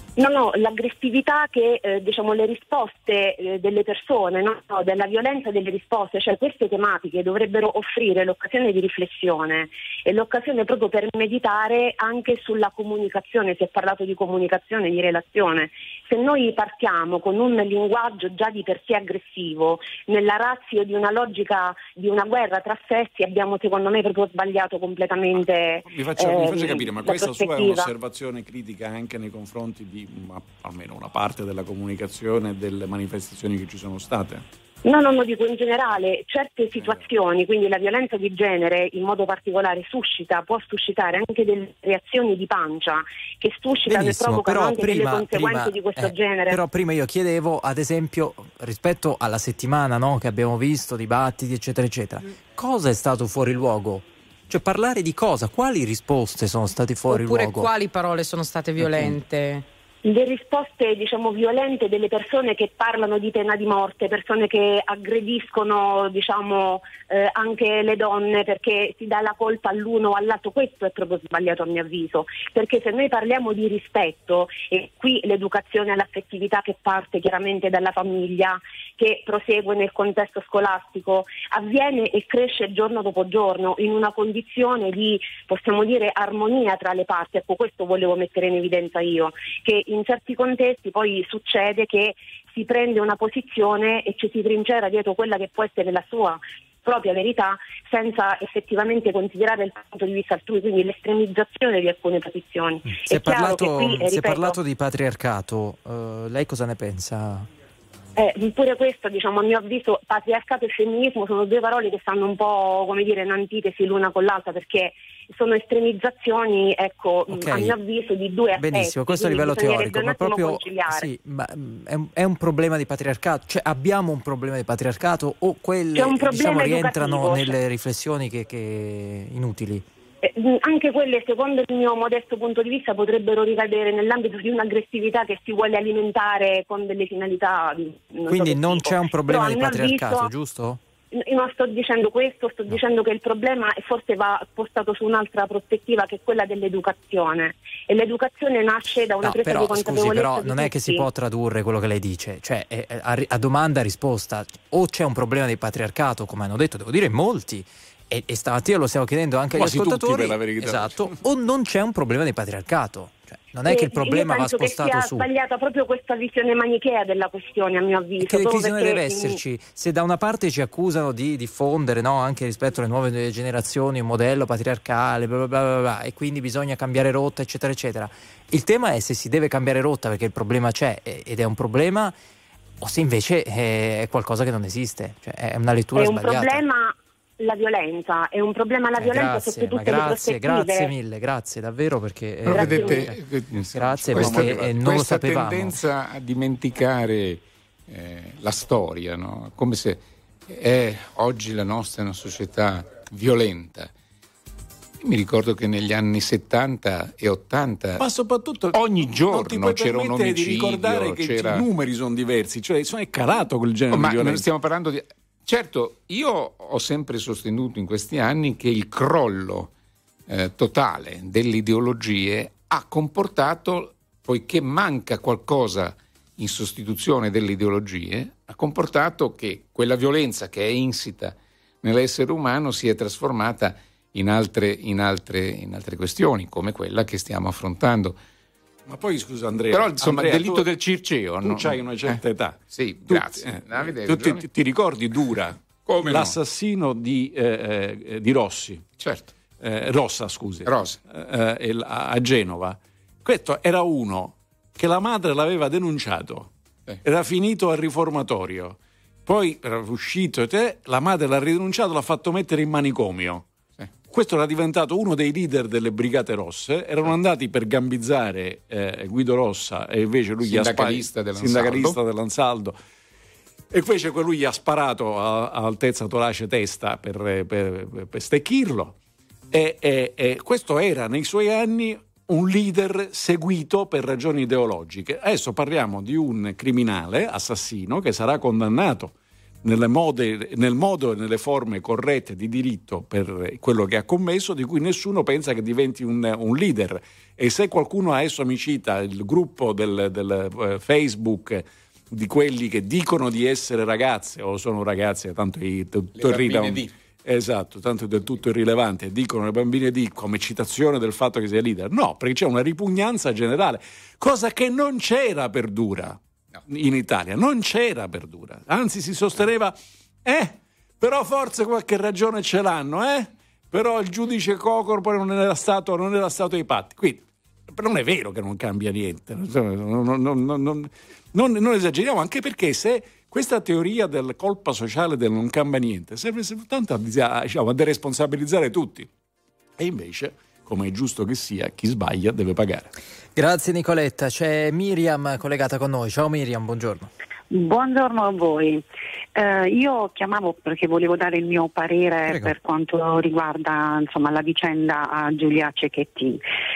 No, no, l'aggressività che, eh, diciamo, le risposte eh, delle persone, no? No, della violenza delle risposte, cioè queste tematiche dovrebbero offrire l'occasione di riflessione e l'occasione proprio per meditare anche sulla comunicazione. Si è parlato di comunicazione, di relazione. Se noi partiamo con un linguaggio già di per sé aggressivo, nella ratio di una logica di una guerra tra sessi, abbiamo secondo me proprio sbagliato completamente. Mi faccia, eh, mi faccia capire, ma questa sua è prospettiva. un'osservazione critica anche nei confronti di ma, almeno una parte della comunicazione e delle manifestazioni che ci sono state? No, no, no, dico in generale, certe situazioni, quindi la violenza di genere in modo particolare suscita, può suscitare anche delle reazioni di pancia che suscitano Benissimo, e provocano però anche prima, delle conseguenze prima, di questo eh, genere. Però prima io chiedevo, ad esempio, rispetto alla settimana, no, che abbiamo visto, dibattiti, eccetera, eccetera, cosa è stato fuori luogo? Cioè parlare di cosa? Quali risposte sono state fuori Oppure luogo? quali parole sono state violente? Le risposte, diciamo, violente delle persone che parlano di pena di morte, persone che aggrediscono, diciamo, eh, anche le donne perché si dà la colpa all'uno o all'altro. Questo è proprio sbagliato a mio avviso, perché se noi parliamo di rispetto, e qui l'educazione all'affettività che parte chiaramente dalla famiglia, che prosegue nel contesto scolastico, avviene e cresce giorno dopo giorno in una condizione di, possiamo dire, armonia tra le parti. Ecco, questo volevo mettere in evidenza io, che in certi contesti poi succede che si prende una posizione e ci si trincera dietro quella che può essere la sua propria verità senza effettivamente considerare il punto di vista altrui, quindi l'estremizzazione di alcune posizioni. Si è, è chiaro parlato, che qui, si è ripeto, parlato di patriarcato, uh, lei cosa ne pensa? Eh, pure questo, diciamo, a mio avviso, patriarcato e femminismo sono due parole che stanno un po', come dire, in antitesi l'una con l'altra, perché sono estremizzazioni, ecco, Okay. a mio avviso, di due aspetti. Benissimo, questo a quindi livello bisognerebbe teorico, un ma attimo proprio conciliare. sì, ma mm, è un, è un problema di patriarcato, cioè abbiamo un problema di patriarcato o quelle C'è un problema diciamo rientrano educativo, nelle cioè- riflessioni che, che inutili? Eh, anche quelle, secondo il mio modesto punto di vista, potrebbero ricadere nell'ambito di un'aggressività che si vuole alimentare con delle finalità. Non Quindi so che non tipo. c'è un problema Però, di a mio patriarcato, avviso, giusto? Io non sto dicendo questo, sto dicendo che il problema forse va spostato su un'altra prospettiva, che è quella dell'educazione, e l'educazione nasce da una No, presa però di scusi, consapevolezza però di non è che si tutti. può tradurre quello che lei dice, cioè eh, a, a domanda risposta, o c'è un problema di patriarcato, come hanno detto, devo dire molti, e, e stamattina lo stiamo chiedendo anche agli Quasi tutti, ascoltatori, per la verità. esatto, o non c'è un problema di patriarcato, cioè, non è che il Eh, problema io va penso spostato che sia su. sbagliata proprio questa visione manichea della questione, a mio avviso. Che proprio visione perché, deve mh, esserci? Se da una parte ci accusano di diffondere, no, anche rispetto alle nuove generazioni, un modello patriarcale, bla bla bla bla bla, e quindi bisogna cambiare rotta, eccetera, eccetera. Il tema è se si deve cambiare rotta perché il problema c'è ed è un problema, o se invece è qualcosa che non esiste, cioè è una lettura è un sbagliata. problema la violenza, è un problema la Eh, violenza grazie, sotto ma tutte le grazie, prospettive. grazie mille, grazie davvero perché eh, Però Grazie vedete, mille. grazie questa, perché eh, non lo questa sapevamo. tendenza a dimenticare eh, la storia, no? Come se è oggi la nostra è una società violenta. Io mi ricordo che negli anni settanta e ottanta Ma soprattutto ogni non ti giorno puoi c'era un permettere di omicidio, ricordare che c'era... i numeri sono diversi, cioè è calato quel genere Oh, ma di non violenza. stiamo parlando di... Certo, io ho sempre sostenuto in questi anni che il crollo eh, totale delle ideologie ha comportato, poiché manca qualcosa in sostituzione delle ideologie, ha comportato che quella violenza che è insita nell'essere umano si è trasformata in altre, in altre, in altre questioni, come quella che stiamo affrontando. Ma poi scusa Andrea, Però insomma Andrea, il delitto tu, del Circeo tu no? hai una certa eh. età. Sì, Tu- grazie. eh, Davide, hai tu ti, ragione. ti- ti ricordi Dura, Come no? l'assassino di, eh, eh, di Rossi, Certo. eh, Rossa scusi, Rosa. eh, eh, a, a Genova. Questo era uno che la madre l'aveva denunciato, Sì. era finito al riformatorio, poi era uscito, te, la madre l'ha ridenunciato, l'ha fatto mettere in manicomio. Questo era diventato uno dei leader delle Brigate Rosse, erano andati per gambizzare eh, Guido Rossa e invece lui gli ha Sindacalista sparato, dell'Ansaldo. sindacalista dell'Ansaldo, e invece lui gli ha sparato a, a altezza torace testa per, per, per stecchirlo, e, e, e questo era nei suoi anni un leader seguito per ragioni ideologiche. Adesso parliamo di un criminale assassino che sarà condannato, nelle mode, nel modo e nelle forme corrette di diritto per quello che ha commesso, di cui nessuno pensa che diventi un, un leader. E se qualcuno adesso mi cita il gruppo del, del uh, Facebook di quelli che dicono di essere ragazze o sono ragazze, tanto è tutto irrilevante. Esatto, tanto è del tutto irrilevante, dicono le bambine di come citazione del fatto che sia leader. No, perché c'è una ripugnanza generale, cosa che non c'era per Dura in Italia, non c'era per Dura, anzi si sosteneva eh, però forse qualche ragione ce l'hanno, eh? Però il giudice Cocor poi non era stato, non era stato ai patti, quindi non è vero che non cambia niente, non, non, non, non, non, non esageriamo, anche perché se questa teoria del colpa sociale del non cambia niente serve soltanto a, diciamo, a deresponsabilizzare tutti, e invece, come è giusto che sia, chi sbaglia deve pagare. Grazie Nicoletta, c'è Miriam collegata con noi. Ciao Miriam, buongiorno. Buongiorno a voi. Eh, io chiamavo perché volevo dare il mio parere Prego. per quanto riguarda insomma la vicenda a Giulia Cecchettin.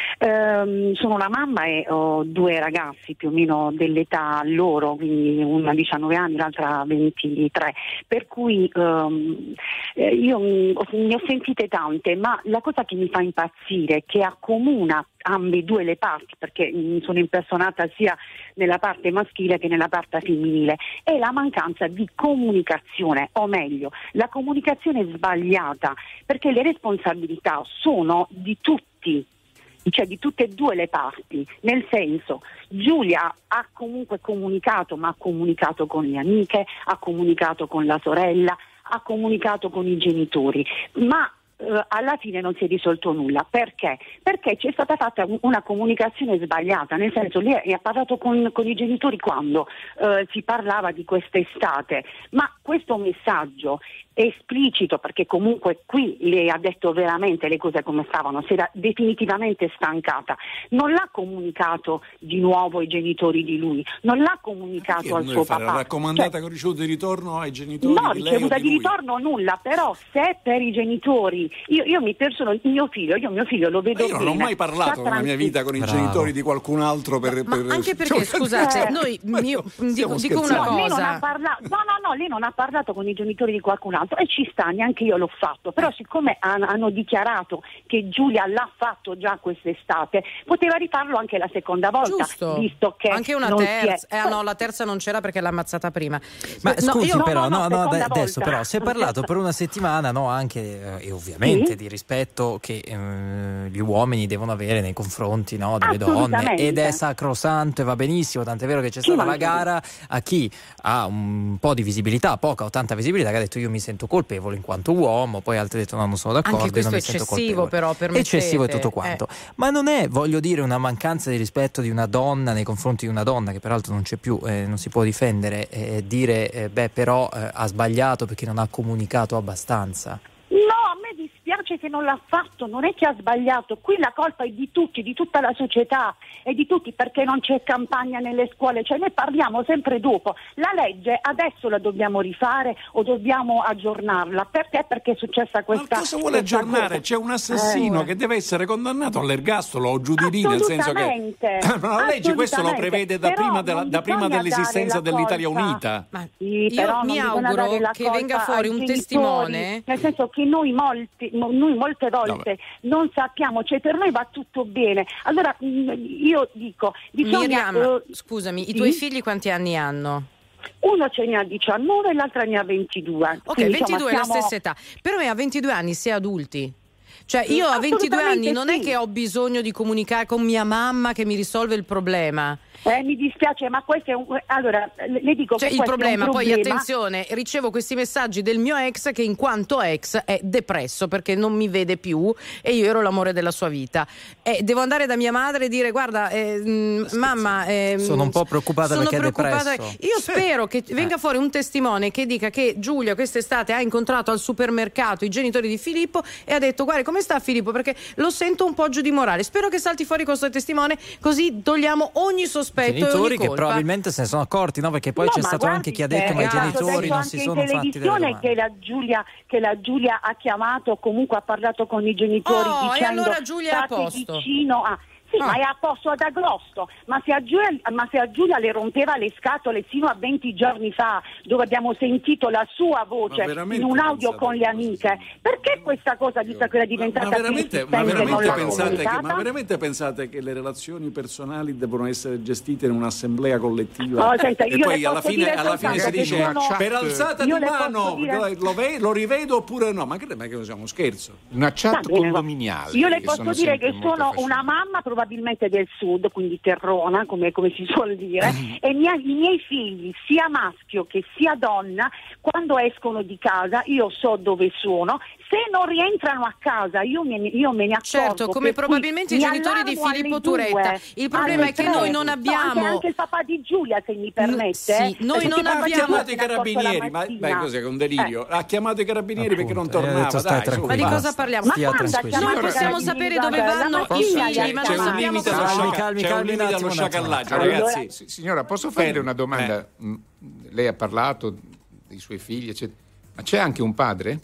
Eh, sono una mamma e ho due ragazzi più o meno dell'età loro, quindi una a diciannove anni, l'altra a ventitré, per cui ehm, io ne ho sentite tante, ma la cosa che mi fa impazzire, che accomuna ambedue le parti, perché mh, sono impersonata sia nella parte maschile che nella parte femminile, è la mancanza di comunicazione, o meglio, la comunicazione sbagliata, perché le responsabilità sono di tutti, cioè di tutte e due le parti, nel senso, Giulia ha comunque comunicato, ma ha comunicato con le amiche, ha comunicato con la sorella, ha comunicato con i genitori, ma Uh, alla fine non si è risolto nulla. Perché? Perché c'è stata fatta un, una comunicazione sbagliata, nel senso lei ha parlato con, con i genitori quando uh, si parlava di quest'estate, ma questo messaggio è esplicito, perché comunque qui lei ha detto veramente le cose come stavano, si era definitivamente stancata, non l'ha comunicato di nuovo ai genitori di lui, non l'ha comunicato al suo papà. La raccomandata cioè, che ho ricevuto di ritorno ai genitori? No, di lei ricevuta o di, di ritorno nulla, però se per i genitori, io, io mi persono il mio figlio, io mio figlio lo vedo io bene. non ho mai parlato nella mia vita con i Bravo. genitori di qualcun altro per, Ma per, anche perché, cioè, scusate, eh, noi io dico, dico No, una lei non ha cosa. parla- no, no, no, lei non ha parlato con i genitori di qualcun altro e ci sta, neanche io l'ho fatto, però siccome han- hanno dichiarato che Giulia l'ha fatto già quest'estate, poteva rifarlo anche la seconda volta, Giusto. visto che Anche una non si terza, è... eh, no, la terza non c'era perché l'ha ammazzata prima. Ma No, scusi io- però, no, no, no, no, seconda adesso volta. però si è parlato per una settimana, no, anche eh, e ovviamente Sì. di rispetto che eh, gli uomini devono avere nei confronti, no, delle donne, Assolutamente. ed è sacrosanto e va benissimo, tant'è vero che c'è Ci stata la manca. gara a chi ha un po' di visibilità, poca o tanta visibilità, che ha detto io mi sento colpevole in quanto uomo, poi altri hanno detto no, non sono d'accordo, Anche questo io non è mi sento eccessivo, colpevole. però, permettete. Eccessivo e tutto quanto. Eh. Ma non è, voglio dire, una mancanza di rispetto di una donna nei confronti di una donna, che peraltro non c'è più, eh, non si può difendere, eh, dire eh, beh però eh, ha sbagliato perché non ha comunicato abbastanza. No, a me dispiace che non l'ha fatto, non è che ha sbagliato, qui la colpa è di tutti, di tutta la società e di tutti, perché non c'è campagna nelle scuole, cioè noi parliamo sempre dopo, la legge adesso la dobbiamo rifare o dobbiamo aggiornarla, perché? Perché è successa questa Ma cosa vuole questa aggiornare? cosa. C'è un assassino Eh. che deve essere condannato all'ergastolo o giù di lì, nel senso che Assolutamente, ma la legge questo lo assolutamente. prevede da Però prima, della, non da prima bisogna dell'esistenza dare la dell'Italia colpa. Unita. Ma Sì, io però non mi bisogna auguro dare la che venga colpa fuori ai un genitori, testimone. nel senso che noi molti, mo- noi molte volte non sappiamo, cioè per noi va tutto bene, allora mh, io dico bisogna Miriam, eh, scusami, i sì? tuoi figli quanti anni hanno? Uno ce ne ha diciannove e l'altra ne ha ventidue. Ok, Quindi, ventidue è insomma, la siamo- stessa età. Per me a ventidue anni si è adulti. Cioè io a ventidue anni non è sì. che ho bisogno di comunicare con mia mamma che mi risolve il problema. Eh, mi dispiace, ma questo è un... Allora, le le dico Cioè che il questo problema, è un poi problema. attenzione, ricevo questi messaggi del mio ex che in quanto ex è depresso perché non mi vede più e io ero l'amore della sua vita. E devo andare da mia madre e dire guarda, eh, mh, mamma... eh, Sono un po' preoccupata sono perché è preoccupata. depresso. Io spero che venga fuori un testimone che dica che Giulia quest'estate ha incontrato al supermercato i genitori di Filippo e ha detto guarda come sta Filippo perché lo sento un po' giù di morale. Spero che salti fuori questo testimone così togliamo ogni sospetto e ogni Genitori che colpa. probabilmente se ne sono accorti, no? Perché poi No, c'è ma stato guardi anche chi ha che detto ma i è stato genitori detto non anche si in sono fatti delle televisione domande. che la Giulia che la Giulia ha chiamato, comunque ha parlato con i genitori Oh, e dicendo allora Giulia è a state posto." vicino a Sì, ah. ma è a posto ad agosto, ma se, a Giulia, ma se a Giulia le rompeva le scatole fino a venti giorni fa, dove abbiamo sentito la sua voce in un audio con le amiche, perché questa cosa di che è diventata ma veramente, ma veramente, pensate che, ma veramente pensate che le relazioni personali devono essere gestite in un'assemblea collettiva? No, senta, e poi alla fine, alla fine si dice sono... per alzata di mano dire... lo, ve- lo rivedo oppure no? Ma che, ma che siamo scherzo? Una chat condominiale. Io le posso dire che sono una mamma probabilmente del sud, quindi terrona, come, come si suol dire, e mia, i miei figli, sia maschio che sia donna, quando escono di casa io so dove sono. Se non rientrano a casa io me, io me ne accorgo. Certo, come probabilmente i genitori di Filippo Turetta. Il problema è che noi non abbiamo... No, anche, anche il papà di Giulia, se mi permette. Sì, noi non abbiamo... Ha chiamato i carabinieri, ma beh, cos'è che è un delirio? Eh. Ha chiamato i carabinieri Appunto, perché non tornava. Dai, su, ma di cosa parliamo? Ma noi possiamo sapere dove vanno i figli, ma non sappiamo cosa fanno. C'è un limite allo sciacallaggio, ragazzi. Signora, posso fare una domanda? Lei ha parlato dei suoi figli, eccetera. Ma c'è anche un padre?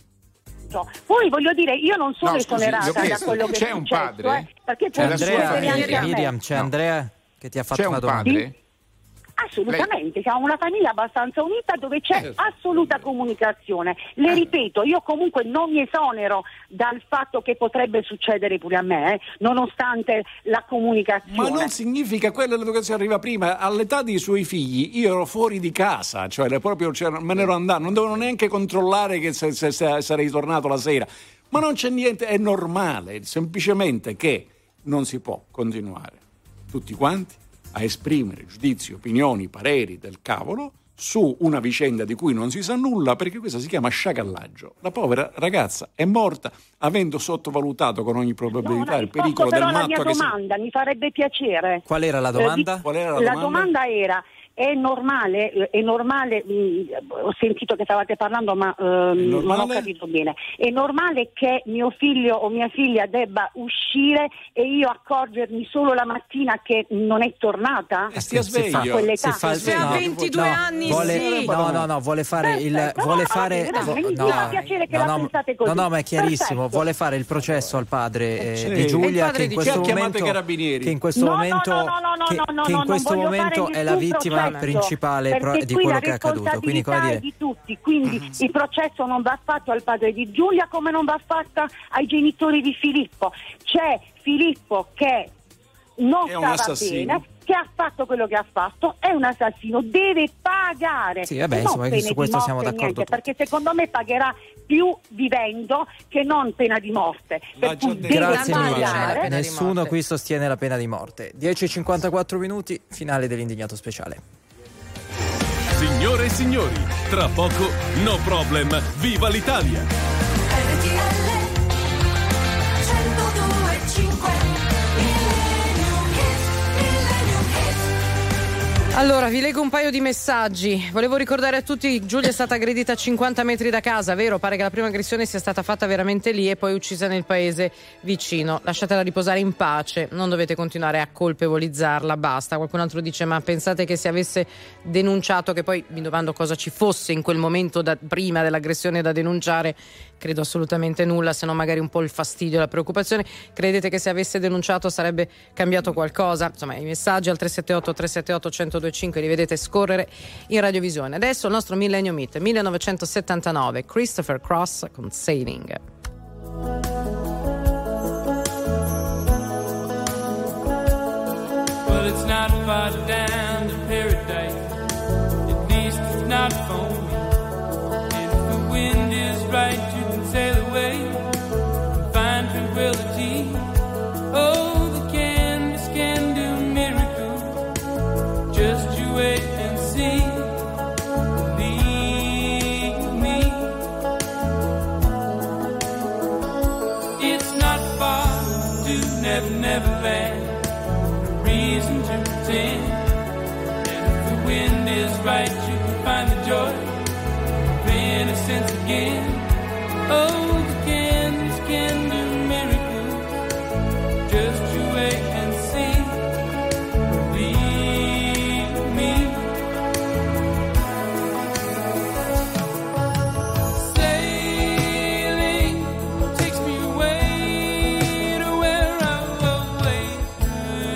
Poi voglio dire, io non sono no, esonerata scusi, da quello che c'è è un successo, padre? Eh, perché c'è Andrea, Andrea, Miriam, c'è no. Andrea che ti ha fatto c'è una un domanda. Padre? Assolutamente, Lei... siamo una famiglia abbastanza unita dove c'è assoluta comunicazione. Le ripeto, io comunque non mi esonero dal fatto che potrebbe succedere pure a me, eh, nonostante la comunicazione. Ma non significa, quella l'educazione arriva prima. All'età dei suoi figli io ero fuori di casa, cioè proprio cioè, me ne ero andato, non dovevano neanche controllare che se, se, se sarei tornato la sera. Ma non c'è niente, è normale, semplicemente che non si può continuare tutti quanti a esprimere giudizi, opinioni, pareri del cavolo su una vicenda di cui non si sa nulla, perché questa si chiama sciacallaggio. La povera ragazza è morta avendo sottovalutato con ogni probabilità no, il pericolo del matto. La mia che domanda, si... mi farebbe piacere. Qual era la domanda? Eh, di... Qual era la, la domanda? domanda era: è normale, è normale, mh, ho sentito che stavate parlando ma ehm, non ho capito bene, è normale che mio figlio o mia figlia debba uscire e io accorgermi solo la mattina che non è tornata? E stia sveglio. Quell'età. Si fa, se ha ventidue no, anni vuole, sì. No, no, no, vuole fare Perfetto, il... Vuole no, fare, no, vo, mi no, fa piacere che no, la no, pensate così. no, no, ma è chiarissimo, Perfetto. vuole fare il processo al padre eh, sì. di Giulia padre che in di questo Giulia. momento, i carabinieri. che in questo no, momento, no, no, no, no, che, no, no, che in no, questo momento è la vittima principale pro, di quello che è accaduto. Quindi, come dire... è di tutti, quindi mm-hmm. il processo non va fatto al padre di Giulia come non va fatta ai genitori di Filippo. C'è Filippo che non è stava bene, che ha fatto quello che ha fatto, è un assassino, deve pagare. Sì, vabbè, insomma, su questo siamo d'accordo niente, perché secondo me pagherà più vivendo che non pena di morte. Per cui deve Grazie pagare. mille. Nessuno qui sostiene la pena di morte. dieci e cinquantaquattro minuti, finale dell'Indignato Speciale. Signore e signori, tra poco No Problem, viva l'Italia! R T L centodue e cinque Allora, vi leggo un paio di messaggi. Volevo ricordare a tutti, Giulia è stata aggredita a cinquanta metri da casa, vero? Pare che la prima aggressione sia stata fatta veramente lì e poi uccisa nel paese vicino. Lasciatela riposare in pace, non dovete continuare a colpevolizzarla, basta. Qualcun altro dice, ma pensate che se avesse denunciato, che poi mi domando cosa ci fosse in quel momento da, prima dell'aggressione da denunciare, credo assolutamente nulla, se non magari un po' il fastidio e la preoccupazione. Credete che se avesse denunciato sarebbe cambiato qualcosa? Insomma, i messaggi al tre sette otto tre sette otto uno zero due cinque li vedete scorrere in radiovisione. Adesso il nostro Millennium Hit millenovecentosettantanove, Christopher Cross con Sailing. Well, it's not far down to paradise, at least it's not for me. And if the wind is right, you can sail away and find tranquility. Oh, the canvas can do miracles, just you wait and see. Believe me, it's not far to Never Never Land. Reason to pretend, and if the wind is right, you can find the joy of innocence again. Oh, the candles can do miracles, just you wait and see. Believe me. Sailing takes me away to where I've always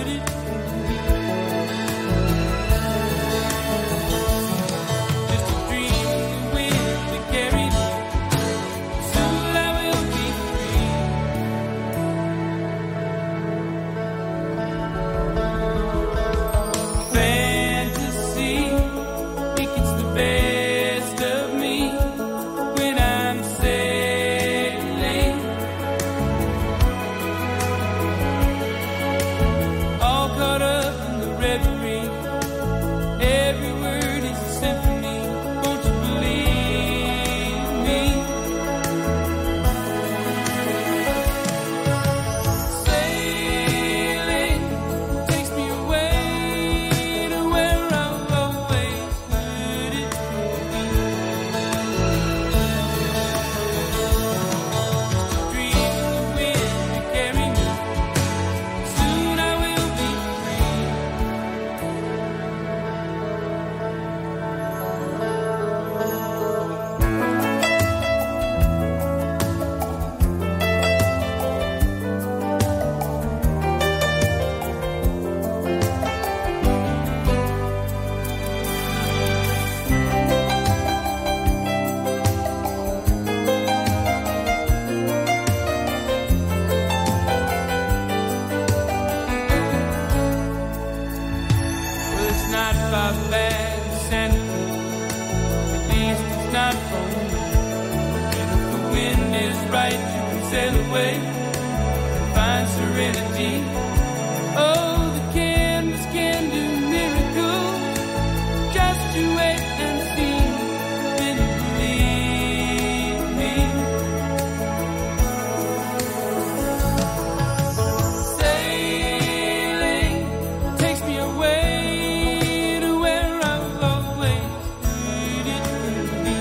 right, you can sail away, find serenity. Oh, the canvas can do miracles. Just you wait and see, then you believe me. Sailing takes me away to where I've always needed to be.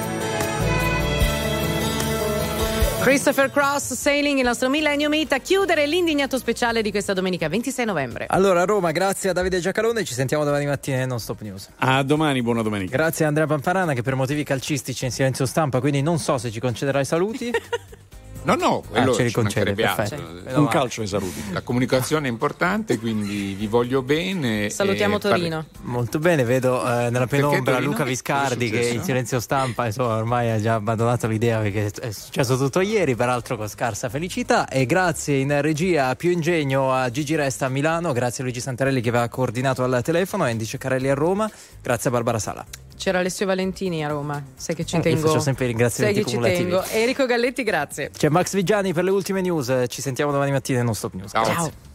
Christopher Cross, Sailing, il nostro Millennium Hit, a chiudere l'indignato speciale di questa domenica ventisei novembre. Allora, Roma, grazie a Davide Giacalone, ci sentiamo domani mattina nel Non Stop News. A domani, buona domenica. Grazie a Andrea Pamparana che per motivi calcistici è in silenzio stampa, quindi non so se ci concederai saluti. No, no, quello Ah, ce li ci concede, mancherebbe perfetto. altro. Meno Un male. calcio ai saluti. La comunicazione è importante, quindi vi voglio bene. Salutiamo e Torino. Molto bene, vedo eh, nella penombra Torino? Luca Viscardi Cosa è che successo? in silenzio stampa insomma, ormai ha già abbandonato l'idea perché è successo tutto ieri, peraltro con scarsa felicità. E grazie in regia a Più Ingegno a Gigi Resta a Milano, grazie a Luigi Santarelli che aveva coordinato al telefono, a Andy Ceccarelli a Roma, grazie a Barbara Sala. C'era Alessio Valentini a Roma, sai che ci Io tengo. faccio sempre i ringraziamenti sai che ci cumulativi. tengo. Enrico Galletti, grazie. C'è Max Vigiani per le ultime news, ci sentiamo domani mattina in Non Stop News. Ciao. Grazie.